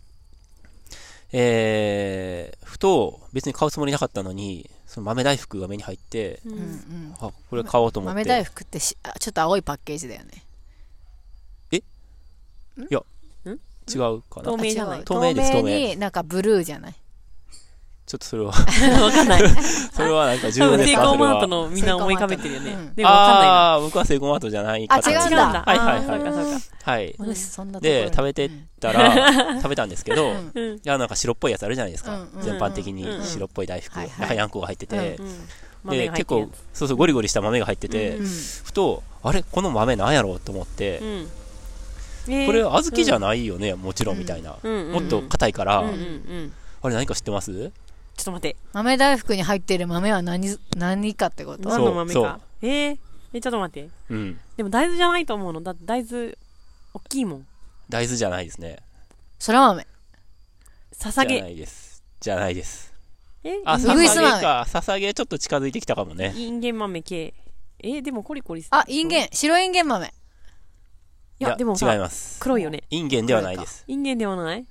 ふと別に買うつもりなかったのに、その豆大福が目に入って、これ買おうと思って。 豆大福ってちょっと青いパッケージだよね。 いや、違うかな。 透明じゃない。 透明になんかブルーじゃない。 ちょっとそれはわかんない。 それはなんか重要ですか？ セイコーマートのみんな思い浮かべてるよね。でもわかんないな。 僕はセイコーマートじゃないか違うんだ。 はいはいはい。はい。で、食べてたら、食べたんですけど、いや、なんか白っぽいやつあるじゃないですか。全般的に白っぽい大福。中にあんこが入ってて。で、結構、そうゴリゴリした豆が入ってて、ふと、あれこの豆なんやろうと思って、これ小豆じゃないよね、もちろんみたいな。もっと硬いから、あれ何か知ってます？ ちょっと待って。 豆大福に入ってる豆は何かってこと？ 何の豆か。ちょっと待って。でも大豆じゃないと思うの。だって大豆、大きいもん。 大豆じゃないですね。 そら豆。 ささげ。 じゃないです。じゃないです。 ささげか。ささげちょっと近づいてきたかもね。 インゲン豆系。でもコリコリする。 インゲン。白インゲン豆。 いや、でも違います。 黒いよね。 インゲンではないです。 インゲンではない？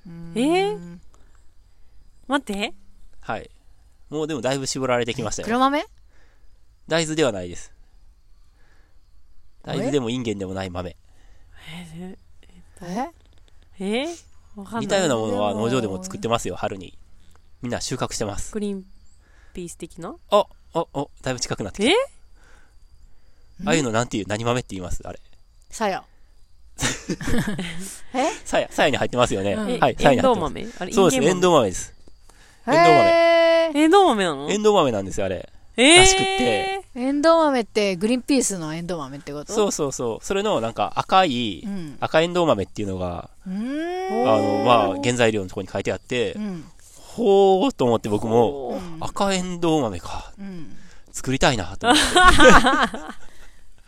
待って。 はい。もうでもだいぶ絞られてきましたよ。 黒豆？ 大豆ではないです。大豆でもインゲンでもない豆。似たようなものは農場でも作ってますよ、春に。みんな収穫してます。 グリーンピース的な？ だいぶ近くなってきた。ああいうの何豆って言います？あれ。 さや。 さやに入ってますよね。はい、 エンドウ豆？ そうです、エンドウ豆です。 エンドウ豆なの？ エンドウ豆なんですよ、あれ。らしくて。 エンドウ豆ってグリーンピースのエンドウ豆ってこと？ そう。それのなんか赤エンドウ豆っていうのが、原材料のところに書いてあって、ほーと思って僕も、赤エンドウ豆か。作りたいなと思って。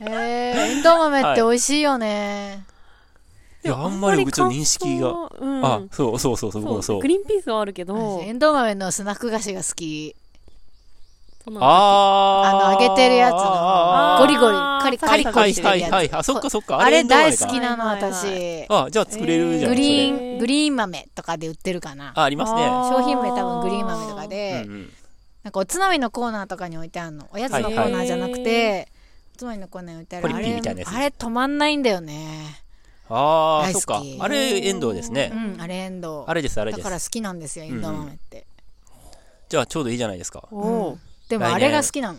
エンドウ豆って美味しいよね。 いや、あんまり僕ちょっと認識が。そう、僕もそう。 グリーンピースはあるけど。 エンドウ豆のスナック菓子が好き。 揚げてるやつの、ゴリゴリ、カリカリカリしてるやつ。 はいはい。そっかそっか。 あれ大好きなの、私。 あ、じゃあ作れるじゃん。 グリーン豆とかで売ってるかな。 ありますね。 商品名多分グリーン豆とかで、なんかおつまみのコーナーとかに置いてあるの。おやつのコーナーじゃなくて、おつまみのコーナーに置いてある。あれ止まんないんだよね。 ああ、そっか。あれ、エンドウですね。 あれエンドウ。 あれです、あれです。 だから好きなんですよ、エンドウ豆って。 じゃあ、ちょうどいいじゃないですか。 でもあれが好きなの。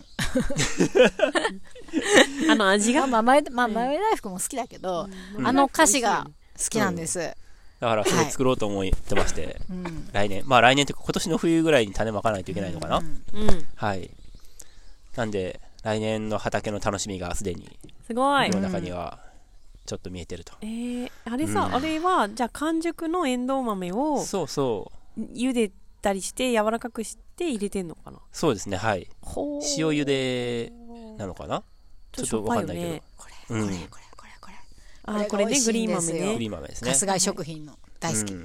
味が豆大福も好きだけど、あの菓子が好きなんです。 だから、それ作ろうと思ってまして、来年っていうか、今年の冬ぐらいに種まかないといけないのかな。はい。なんで、来年の畑の楽しみがすでに、 すごい。 世の中には、ちょっと見えてると。 あれさ、あれは、じゃあ完熟のエンドウ豆を、 そうそう。 茹でたりして柔らかくして入れてんのかな。 そうですね、はい。塩茹でなのかな。ちょっとわかんないけど。 これね、グリーン豆ね。 グリーン豆ですね。 春日井食品の大好き。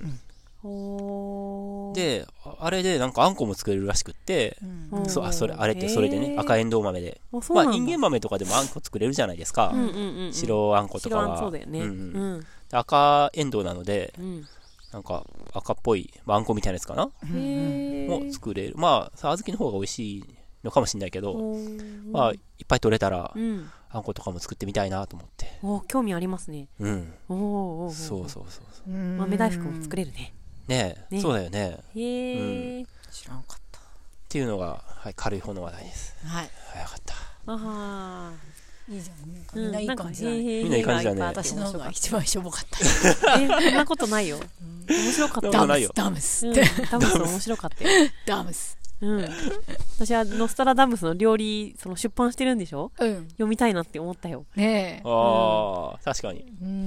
で、あれでなんかあんこも作れるらしくって、あれってそれでね、赤エンドウ豆で。まあ、インゲン豆とかでもあんこ作れるじゃないですか。白あんことかは。 そうだよね。 赤エンドウなので、なんか赤っぽい、あんこみたいなやつかなも作れる。まあ、小豆の方が美味しいのかもしれないけど、まあ、いっぱい取れたら、あんことかも作ってみたいなと思って。 興味ありますね。 そうそうそう。 豆大福も作れるね。 ねえ、そうだよね。 知らんかった。 っていうのが、軽い方の話題です。 はい。 早かった。 いいじゃん。みんないい感じだね。 みんないい感じだね。 私の方が一番しょぼかった。 そんなことないよ。面白かった。 ダムス面白かったよ。 ダムス。 私はノストラダムスの料理出版してるんでしょ。読みたいなって思ったよ。 ねえ。 確かに。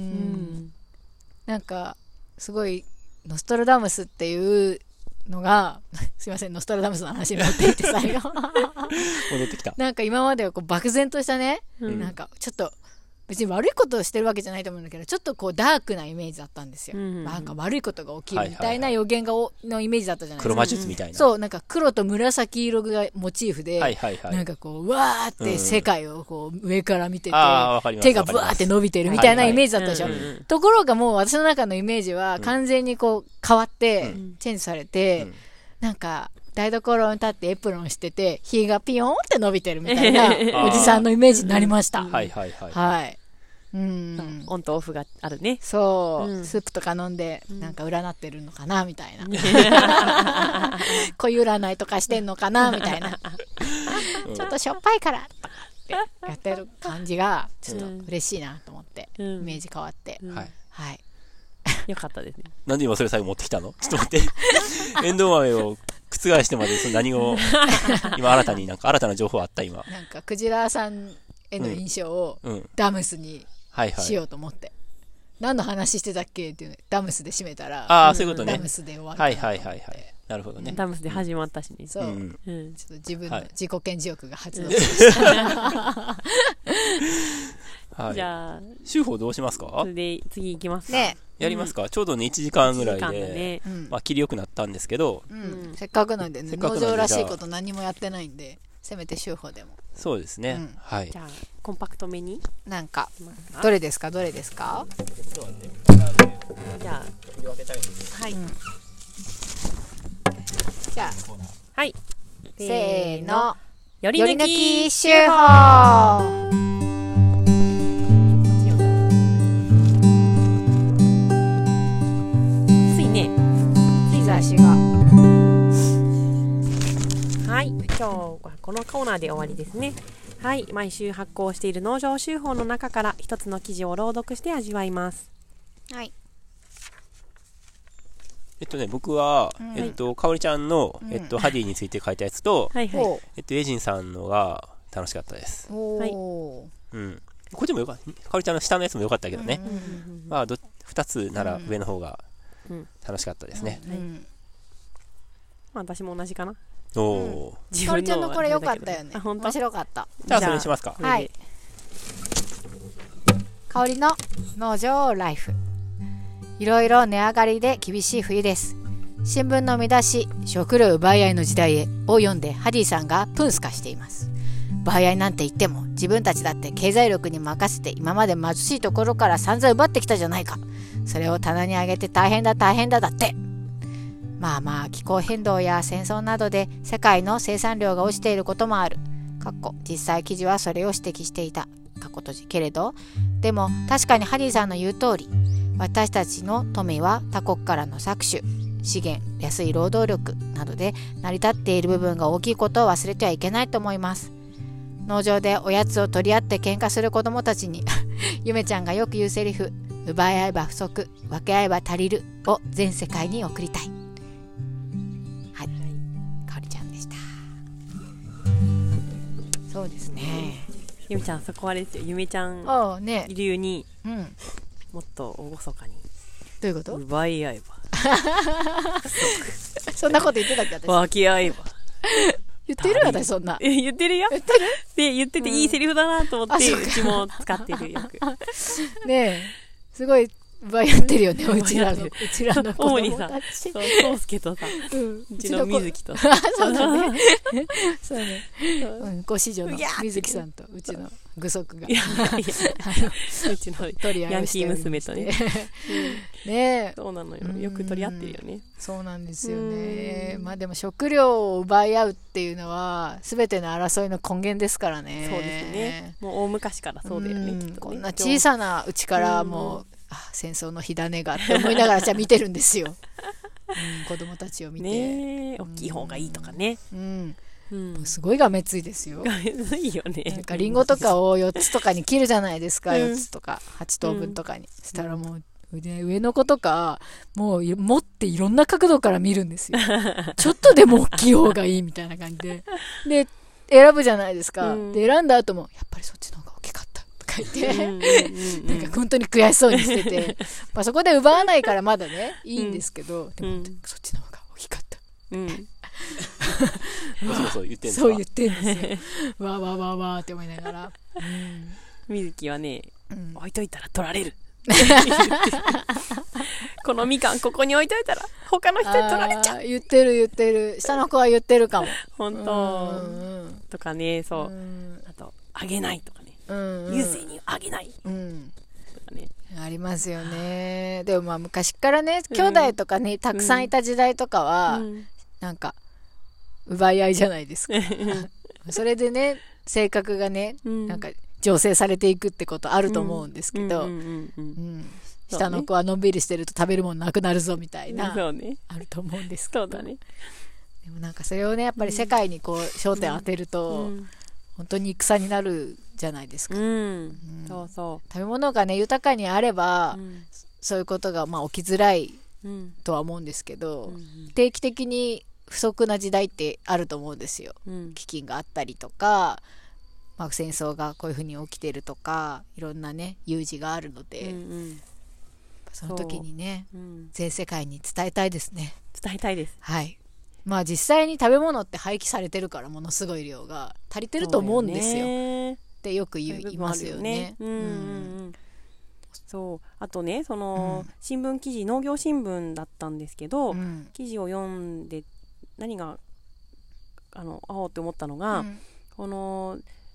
なんかすごいノストラダムスっていうのがすいません、ノストラダムスの話に持っていって最後戻ってきた。 なんか今まではこう漠然としたね、なんかちょっと別に悪いことをしてるわけじゃないと思うんだけど、ちょっとこうダークなイメージだったんですよ。なんか悪いことが起きるみたいな予言のイメージだったじゃないですか。 黒魔術みたいな。 そう、なんか黒と紫色がモチーフで、なんかこう、わーって世界をこう上から見てて、手がブワーって伸びてるみたいなイメージだったでしょ。ところがもう私の中のイメージは完全にこう変わって、チェンジされて、なんか、台所に立ってエプロンしてて、火がピヨーンって伸びてるみたいなおじさんのイメージになりました。はい。 オンとオフがあるね。 そう、スープとか飲んでなんか占ってるのかなみたいな恋占いとかしてんのかなみたいなちょっとしょっぱいからとかってやってる感じがちょっと嬉しいなと思って、イメージ変わって、はいよかったですね。 なんで今それ最後持ってきたの？ちょっと待ってエンドウ豆を覆してまで何を今新たな情報あった今。 なんかクジラさんへの印象をダムスにしようと思って、何の話してたっけっていうのダムスで締めたら、 そういうことね。 ダムスで終わる。 なるほどね。 ダムスで始まったしね。 そう、ちょっと自分の自己顕示欲が発動しましたじゃあ週報どうしますか？ それで次行きますかね。 やりますか？ちょうどね1時間ぐらいで切りよくなったんですけど、 せっかくなんでね、農場らしいこと何もやってないんで、せめて週報でも。 そうですね。はい。 じゃあコンパクトめになんかどれですか？じゃあはい。じゃあはい。 せーの。 より抜き週報。 はい、今日はこのコーナーで終わりですね。はい、毎週発行している農場週報の中から一つの記事を朗読して味わいます。 はい。 僕は、かおりちゃんの、ハディについて書いたやつと、エジンさんのが楽しかったです。 はい。 こっちもよかった。かおりちゃんの下のやつもよかったけどね。まあ、2つなら上の方が楽しかったですね。 まあ、私も同じかな。 かおりちゃんのこれ良かったよね。面白かった。 じゃあそれにしますか。 はい。かおりの農場ライフ。いろいろ値上がりで厳しい冬です。 新聞の見出し、食料奪い合いの時代へを読んでハディさんがプンスカしています。奪い合いなんて言っても自分たちだって経済力に任せて今まで貧しいところから散々奪ってきたじゃないか。それを棚に上げて大変だ大変だだって。まあまあ気候変動や戦争などで世界の生産量が落ちていることもある。実際記事はそれを指摘していた。けれど、でも確かにハディさんの言う通り、私たちの富は他国からの搾取、資源、安い労働力などで成り立っている部分が大きいことを忘れてはいけないと思います。農場でおやつを取り合って喧嘩する子どもたちにゆめちゃんがよく言うセリフ、奪い合えば不足、分け合えば足りるを全世界に送りたい。はい、かおりちゃんでした。そうですね。 ゆめちゃん、そこあれですよ。ゆめちゃん流に、もっと厳かに。 どういうこと？ 奪い合えば。 そんなこと言ってたっけ、私。 分け合えば。 言ってる？私そんな。 言ってるよ。 言ってる？ で、言ってていいセリフだなと思って、うちも使ってるよく。 ねえ、すごい奪い合ってるよね、うちらの子供たち。 そうすけとさ、うちのみずきとさ。 そうだね。そうね。ご子女のみずきさんとうちの具足が。 うちのヤンキー娘とね。 ねえ。 そうなのよ。よく取り合ってるよね。 そうなんですよね。まあでも食料を奪い合うっていうのは全ての争いの根源ですからね。 そうですね。もう大昔からそうだよね。 こんな小さなうちからもう戦争の火種がって思いながらじゃあ見てるんですよ。子供たちを見て。 ね、大きい方がいいとかね。 すごいがめついですよ。 がめついよね。 なんかリンゴとかを4つとかに切るじゃないですか。4つとか8等分とかに。そしたらもう上の子とかもう持っていろんな角度から見るんですよ。ちょっとでも大きい方がいいみたいな感じで。で選ぶじゃないですか。で選んだ後もやっぱりそっちの方が大きかったとか言って、なんか本当に悔しそうにしてて、まあそこで奪わないからまだねいいんですけど、でもそっちの方が大きかった。 そう言ってんですか？ そう言ってんですよ。わーわーわーわーって思いながら。 みずきはね、置いといたら取られる。このみかんここに置いといたら他の人に取られちゃう。 言ってる。下の子は言ってるかも。 本当。とかね、そう。あとあげないとかね。優勢にあげない。とかね。 ありますよね。でもまあ昔からね、兄弟とかねたくさんいた時代とかはなんか奪い合いじゃないですか。それでね性格がねなんか醸成されていくってことあると思うんですけど、下の子はのんびりしてると食べるものなくなるぞみたいな、あると思うんですけど、でもなんかそれをねやっぱり世界にこう焦点を当てると、本当に戦になるじゃないですか。 そうそう。 食べ物がね豊かにあれば、そういうことがまあ起きづらいとは思うんですけど、定期的に不足な時代ってあると思うんですよ。飢饉があったりとか、まあ、戦争がこういうふうに起きてるとか、いろんなね有事があるので、その時にね、全世界に伝えたいですね。 伝えたいです。 はい。まあ実際に食べ物って廃棄されてるからものすごい量が足りてると思うんですよ。ってよく言いますよね。 そう。あとね、その、新聞記事、農業新聞だったんですけど、記事を読んで何があおって思ったのが、この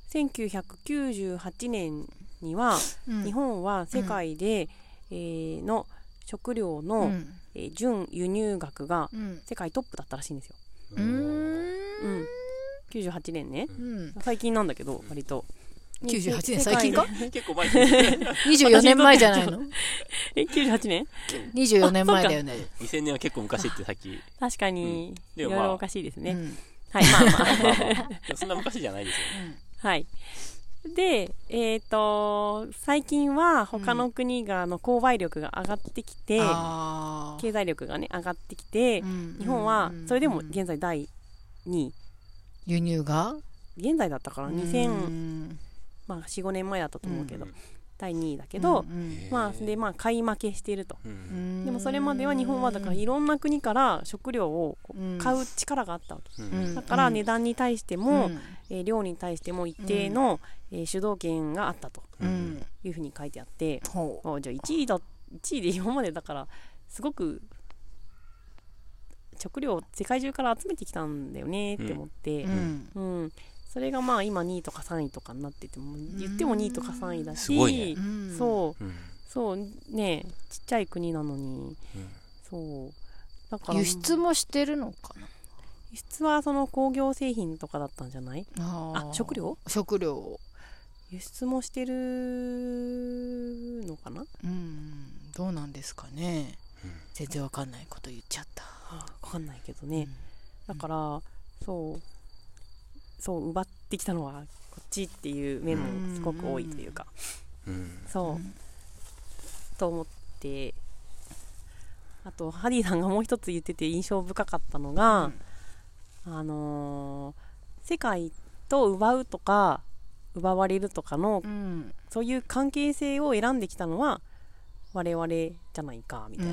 1998年には、日本は世界で、の食料の、純輸入額が世界トップだったらしいんですよ。98年ね、最近なんだけど割と。 98年最近か？ 結構前ですね。 24年前じゃないの ？98年 ？24年前だよね。 2000年は結構昔ってさっき。 確かに、いろいろおかしいですね。 はい、まあそんな昔じゃないですよね。 はい。で、最近は他の国が購買力が上がってきて、経済力がね上がってきて、日本はそれでも現在第2位。 輸入が？ 現在だったから2000、まあ4、5年前だったと思うけど、第2位だけど、まあでまあ買い負けしていると。でもそれまでは日本はだからいろんな国から食料を買う力があったわけ。だから値段に対しても、量に対しても一定の主導権があったというふうに書いてあって、じゃあ1位で今までだからすごく食料を世界中から集めてきたんだよねって思って、それがまあ今2位とか3位とかになってても言っても2位とか3位だし、 すごいね。 そうね、ちっちゃい国なのに、そうだから輸出もしてるのかな。 輸出はその工業製品とかだったんじゃない？食料輸出もしてるのかな。 どうなんですかね。全然わかんないこと言っちゃった。 わかんないけどね、だからそう奪ってきたのはこっちっていう面もすごく多いというか、そうと思って、あとハディさんがもう一つ言ってて印象深かったのが、世界と奪うとか奪われるとかの、そういう関係性を選んできたのは我々じゃないかみたいな、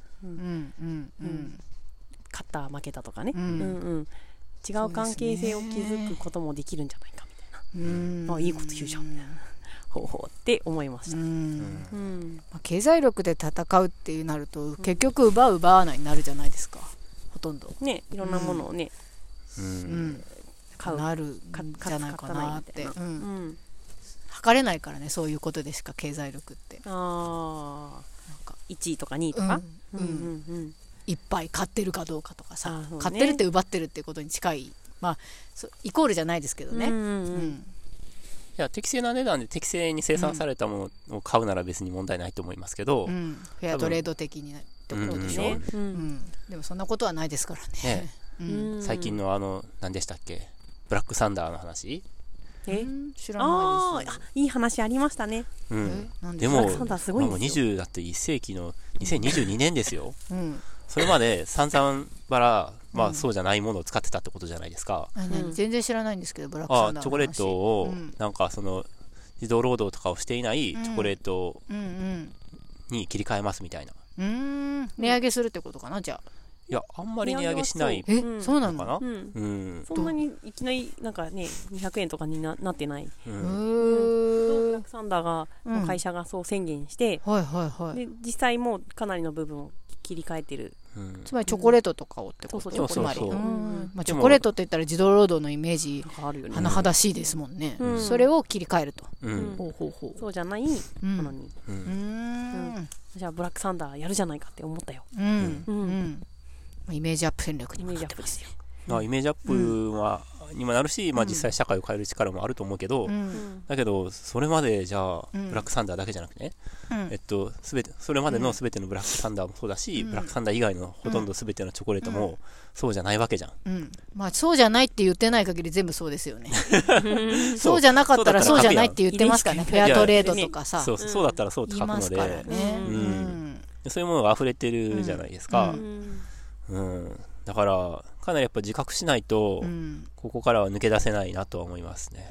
勝った負けたとかね、違う関係性を築くこともできるんじゃないかみたいな、いいこと言うじゃんみたいな方法って思いました。 経済力で戦うってなると、結局奪わないになるじゃないですか、ほとんどね。いろんなものをね、 買うなるんじゃないかなって。測れないからね、そういうことでしか経済力って。 なんか1位とか2位とか、 いっぱい買ってるかどうかとかさ、買ってるって奪ってるってことに近い、イコールじゃないですけどね。 いや、適正な値段で適正に生産されたものを買うなら別に問題ないと思いますけど、 フェアトレード的にってことでしょ。でもそんなことはないですからね。 最近の何でしたっけ、ブラックサンダーの話、 知らないです。 いい話ありましたね。 でも20だって1世紀の2022年ですよ。それまで散々バラ、そうじゃないものを使ってたってことじゃないですか。 全然知らないんですけど、ブラックサンダーの話。 チョコレートをなんかその自動労働とかをしていないチョコレートに切り替えますみたいな。 値上げするってことかな、じゃあ。 いや、あんまり値上げしないそうなのかな。 そんなにいきなりなんかね200円とかになってない。ブラックサンダーの会社がそう宣言して、で実際もうかなりの部分を切り替えてる。 つまりチョコレートとかをってこと。チョコレートって言ったら自動労働のイメージ甚だしいですもんね。それを切り替えると。 そうじゃないものに。じゃあブラックサンダーやるじゃないかって思ったよ。 イメージアップ戦略にもなってますよ。 イメージアップにもなるし、実際社会を変える力もあると思うけど、だけどそれまでじゃあブラックサンダーだけじゃなくてね、それまでの全てのブラックサンダーもそうだし、ブラックサンダー以外のほとんど全てのチョコレートもそうじゃないわけじゃん。 そうじゃないって言ってない限り全部そうですよね。そうじゃなかったらそうじゃないって言ってますからね。フェアトレードとかさ、 そうだったらそうって書くので、そういうものが溢れてるじゃないですか。だからかなりやっぱ自覚しないと、ここからは抜け出せないなとは思いますね。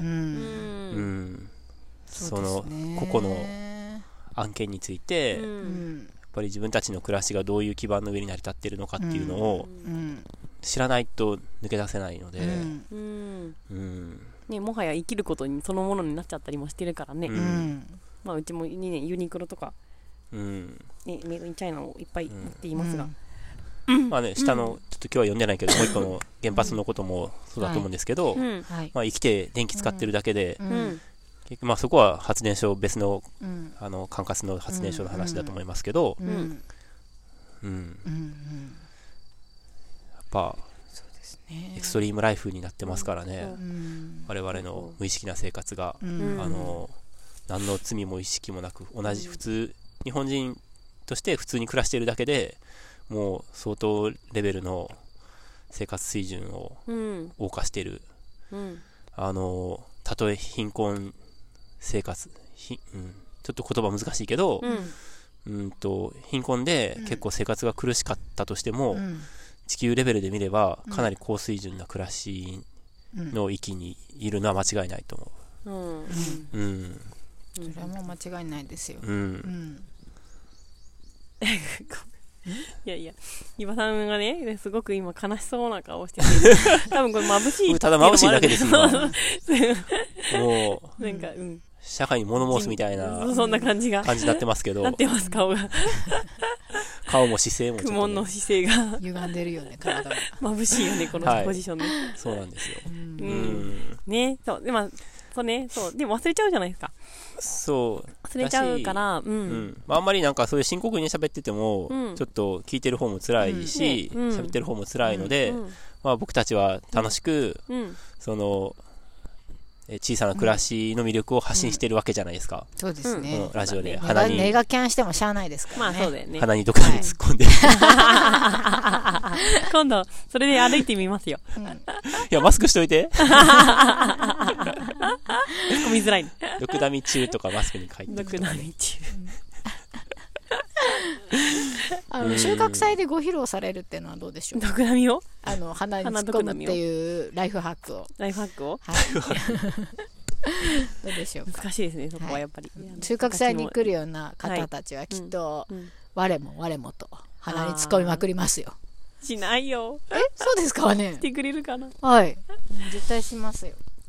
その個々の案件について、やっぱり自分たちの暮らしがどういう基盤の上に成り立っているのかっていうのを知らないと抜け出せないので、 もはや生きることにそのものになっちゃったりもしてるからね。うちも2年ユニクロとか、メイドインチャイナをいっぱい持っていますが、 下のちょっと今日は読んでないけど、もう一個の原発のこともそうだと思うんですけど、生きて電気使ってるだけで、結局そこは発電所別の管轄の発電所の話だと思いますけど、やっぱエクストリームライフになってますからね、我々の無意識な生活が、何の罪も意識もなく、同じ日本人として普通に暮らしているだけでもう相当レベルの生活水準を謳歌している。たとえ貧困生活、ちょっと言葉難しいけど、貧困で結構生活が苦しかったとしても、地球レベルで見ればかなり高水準な暮らしの域にいるのは間違いないと思う。 それはもう間違いないですよ。 いやいや、伊庭さんがね、すごく今悲しそうな顔してて、多分これ眩しい。 ただ眩しいだけです今。もうなんか社会に物申すみたいなそんな感じになってますけど。 なってます顔が。 顔も姿勢もちょっと、ね、 苦悶の姿勢が歪んでるよね、体が。 眩しいよね、このポジションで。 そうなんですよ。 ね、そう、でも、そうね、そう、でも忘れちゃうじゃないですか。 そう。 忘れちゃうから、 あんまりなんかそういう深刻に喋ってても、ちょっと聞いてる方も辛いし、喋ってる方も辛いので、まあ僕たちは楽しく、その、小さな暮らしの魅力を発信してるわけじゃないですか。 そうですね。 ラジオで鼻に。ネガキャンしてもしゃあないですからね。 まあそうだよね。 鼻にどこかに突っ込んで。 今度、それで歩いてみますよ。 いや、マスクしといて。 突っ込みづらい。 毒ダミ中とかマスクに書いて。 毒ダミ中。 収穫祭でご披露されるっていうのはどうでしょう。 毒ダミを鼻に突っ込むっていうライフハックを。 ライフハックを、 はい、どうでしょうか。 難しいですね、そこはやっぱり。 収穫祭に来るような方たちはきっと、我も我もと鼻に突っ込みまくりますよ。 しないよ。 そうですかね。 してくれるかな。 はい。絶対しますよ。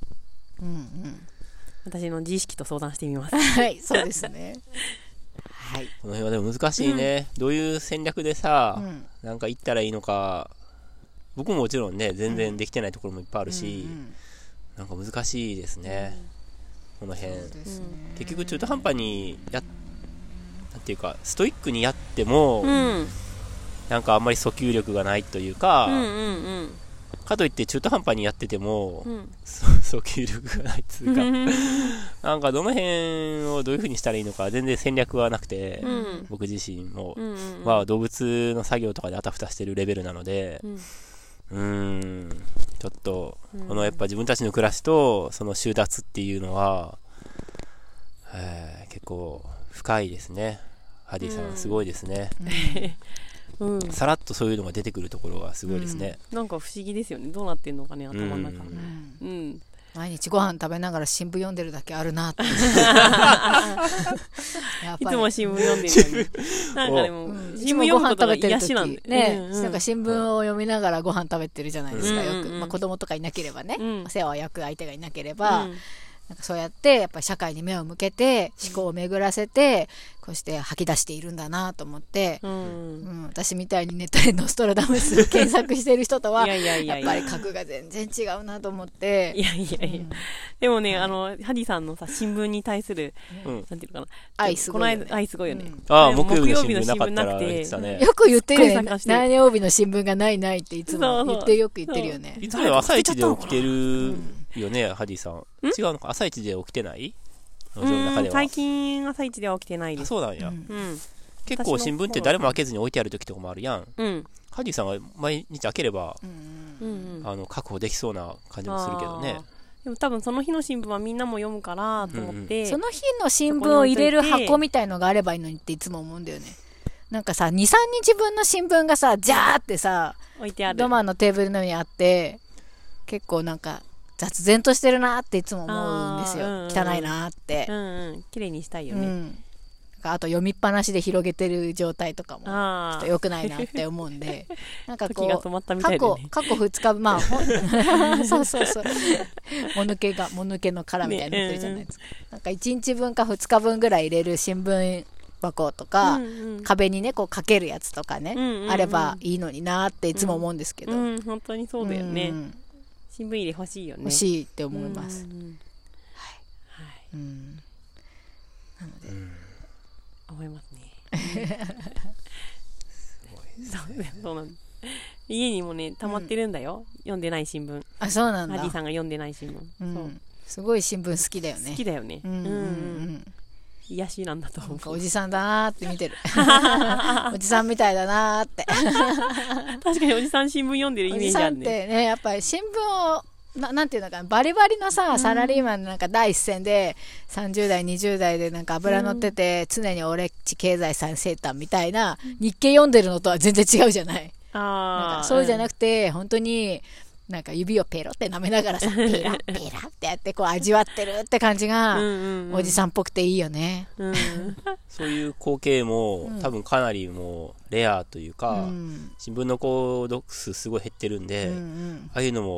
私の自意識と相談してみます。 はい、そうですね。はい、 この辺はでも難しいね、どういう戦略でさ、なんか言ったらいいのか、僕ももちろんね全然できてないところもいっぱいあるし、なんか難しいですね、この辺。結局中途半端になんていうかストイックにやっても、なんかあんまり訴求力がないというか、かといって中途半端にやってても、訴求力がないっていうかなんかどの辺をどういう風にしたらいいのか全然戦略はなくて、僕自身も、まあ動物の作業とかであたふたしてるレベルなので、ちょっとこのやっぱ自分たちの暮らしとその収奪っていうのは、結構深いですね。ハディさんすごいですね。さらっとそういうのが出てくるところがすごいですね、 なんか不思議ですよね。どうなってんのかね、頭の中。 毎日ご飯食べながら新聞読んでるだけあるなっていつも新聞読んでるのになんかでも、新聞読むことが癒しなんでね、なんか新聞を読みながらご飯食べてるじゃないですか、よく。まあ子供とかいなければね、お世話を焼く相手がいなければ、なんかそうやってやっぱり社会に目を向けて思考を巡らせてこうして吐き出しているんだなと思って、私みたいにネットでノストラダムス検索してる人とはやっぱり格が全然違うなと思って。 でもね、ハディさんのさ新聞に対する、なんていうのかな、 愛すごいよね。 愛すごいよね。 木曜日の新聞なくて、 よく言ってるよね。何曜日の新聞がないないっていつもよく言ってるよね。 いつも朝一で起きてるよね、ハディさん。違うのか、朝一で起きてない？ 最近朝一では起きてないです。 そうなんや。結構新聞って誰も開けずに置いてある時とかもあるやん。ハディさんが毎日開ければ確保できそうな感じもするけどね。 でも多分その日の新聞はみんなも読むからと思って、 その日の新聞を入れる箱みたいのがあればいいのにっていつも思うんだよね。なんかさ、2、3日分の新聞がさ、ジャーってさ、 置いてある。 土間のテーブルの上にあって 結構なんか雑然としてるなっていつも思うんですよ。汚いなって、 綺麗にしたいよね。 あと読みっぱなしで広げてる状態とかもちょっと良くないなって思うんでなんかこう過去2日まあそうもぬけの殻みたいになってるじゃないですか。なんか1日分か2日分ぐらい入れる新聞箱とか、壁にねこうかけるやつとかね、あればいいのになっていつも思うんですけど、 本当にそうだよね。新聞入れ欲しいよね。 欲しいって思います。なので思いますね。そうなんです。家にもね溜まってるんだよ、読んでない新聞。 あ、そうなんだ。 ハディさんが読んでない新聞。 すごい新聞好きだよね。 好きだよね。癒しなんだと思う。 おじさんだなーって見てる。おじさんみたいだなーって。 確かにおじさん新聞読んでるイメージあるね。 おじさんってね、やっぱり新聞をなんていうのかな、バリバリのさ、サラリーマンのなんか第一線で30代20代でなんか油乗ってて、常に俺っち経済最先端みたいな日経読んでるのとは全然違うじゃない。なんかそうじゃなくて、本当になんか指をペロって舐めながらさ、ペラペラってやってこう味わってるって感じがおじさんっぽくていいよね。 そういう光景も多分かなりもうレアというか、新聞の購読数すごい減ってるんで、ああいうのも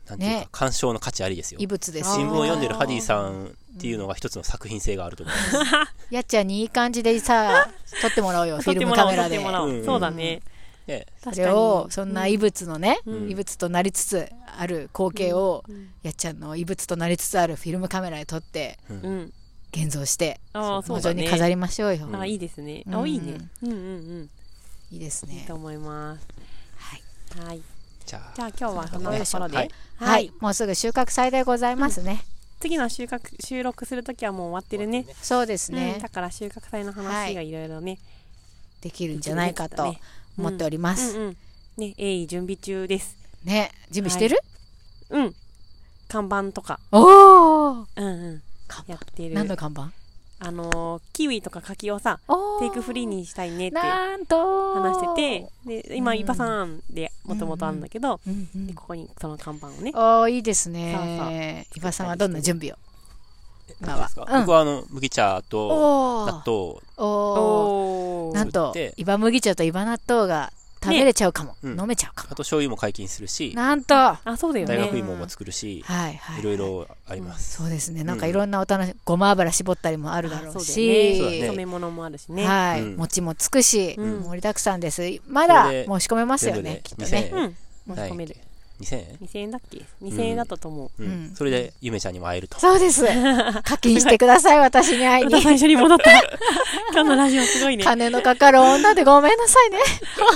なんていうか、鑑賞の価値ありですよ。 異物ですよ。 新聞を読んでるハディさんっていうのが一つの作品性があると思います。 やっちゃんにいい感じでさ、撮ってもらおうよ、フィルムカメラで。 そうだね。 それを、そんな異物のね、異物となりつつある光景を、やっちゃんの異物となりつつあるフィルムカメラで撮って、現像して、農場に飾りましょうよ。 いいですね。いいね。 いいですね。 いいと思います。はい。じゃあ今日はそのところで。 はい。もうすぐ収穫祭でございますね。 次の収録するときはもう終わってるね。 そうですね。 だから収穫祭の話がいろいろね、 できるんじゃないかと思っております。 ね、鋭意準備中です。 ね、準備してる？ うん。看板とか。 おお。 やってる。 何の看板？ キウイとか柿をさ、テイクフリーにしたいねってなんと話してて、で今イバさんでもともとあるんだけど、でここにその看板をね。 いいですね。イバさんはどんな準備を？ 今は僕は麦茶と納豆なんとイバ麦茶とイバ納豆が食べれちゃうかも、飲めちゃうかも。 あと醤油も解禁するし、 なんとそうだよね。 大学芋も作るし、いろいろあります。 そうですね。なんかいろんなごま油絞ったりもあるだろうし、 染め物もあるしね。 はい、餅もつくし、盛りだくさんです。まだ申し込めますよね、きっとね。 申し込める。 2000円 ?2000 円だっけ ?2000 円だったと思う。 それでゆめちゃんにも会えると。 そうです。課金してください、私に会いに。 また最初に戻った。今日のラジオすごいね。 金のかかる女でごめんなさいね。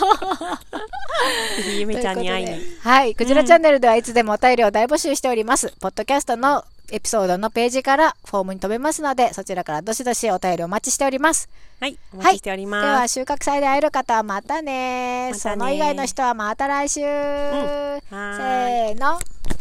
ぜひゆめちゃんに会いに。 はい。クジラチャンネルではいつでもお便りを大募集しております。ポッドキャストのエピソードのページからフォームに飛べますので、そちらからどしどしお便りお待ちしております。 はい。お待ちしております。 では、収穫祭で会える方はまたね。その以外の人はまた来週。せーの。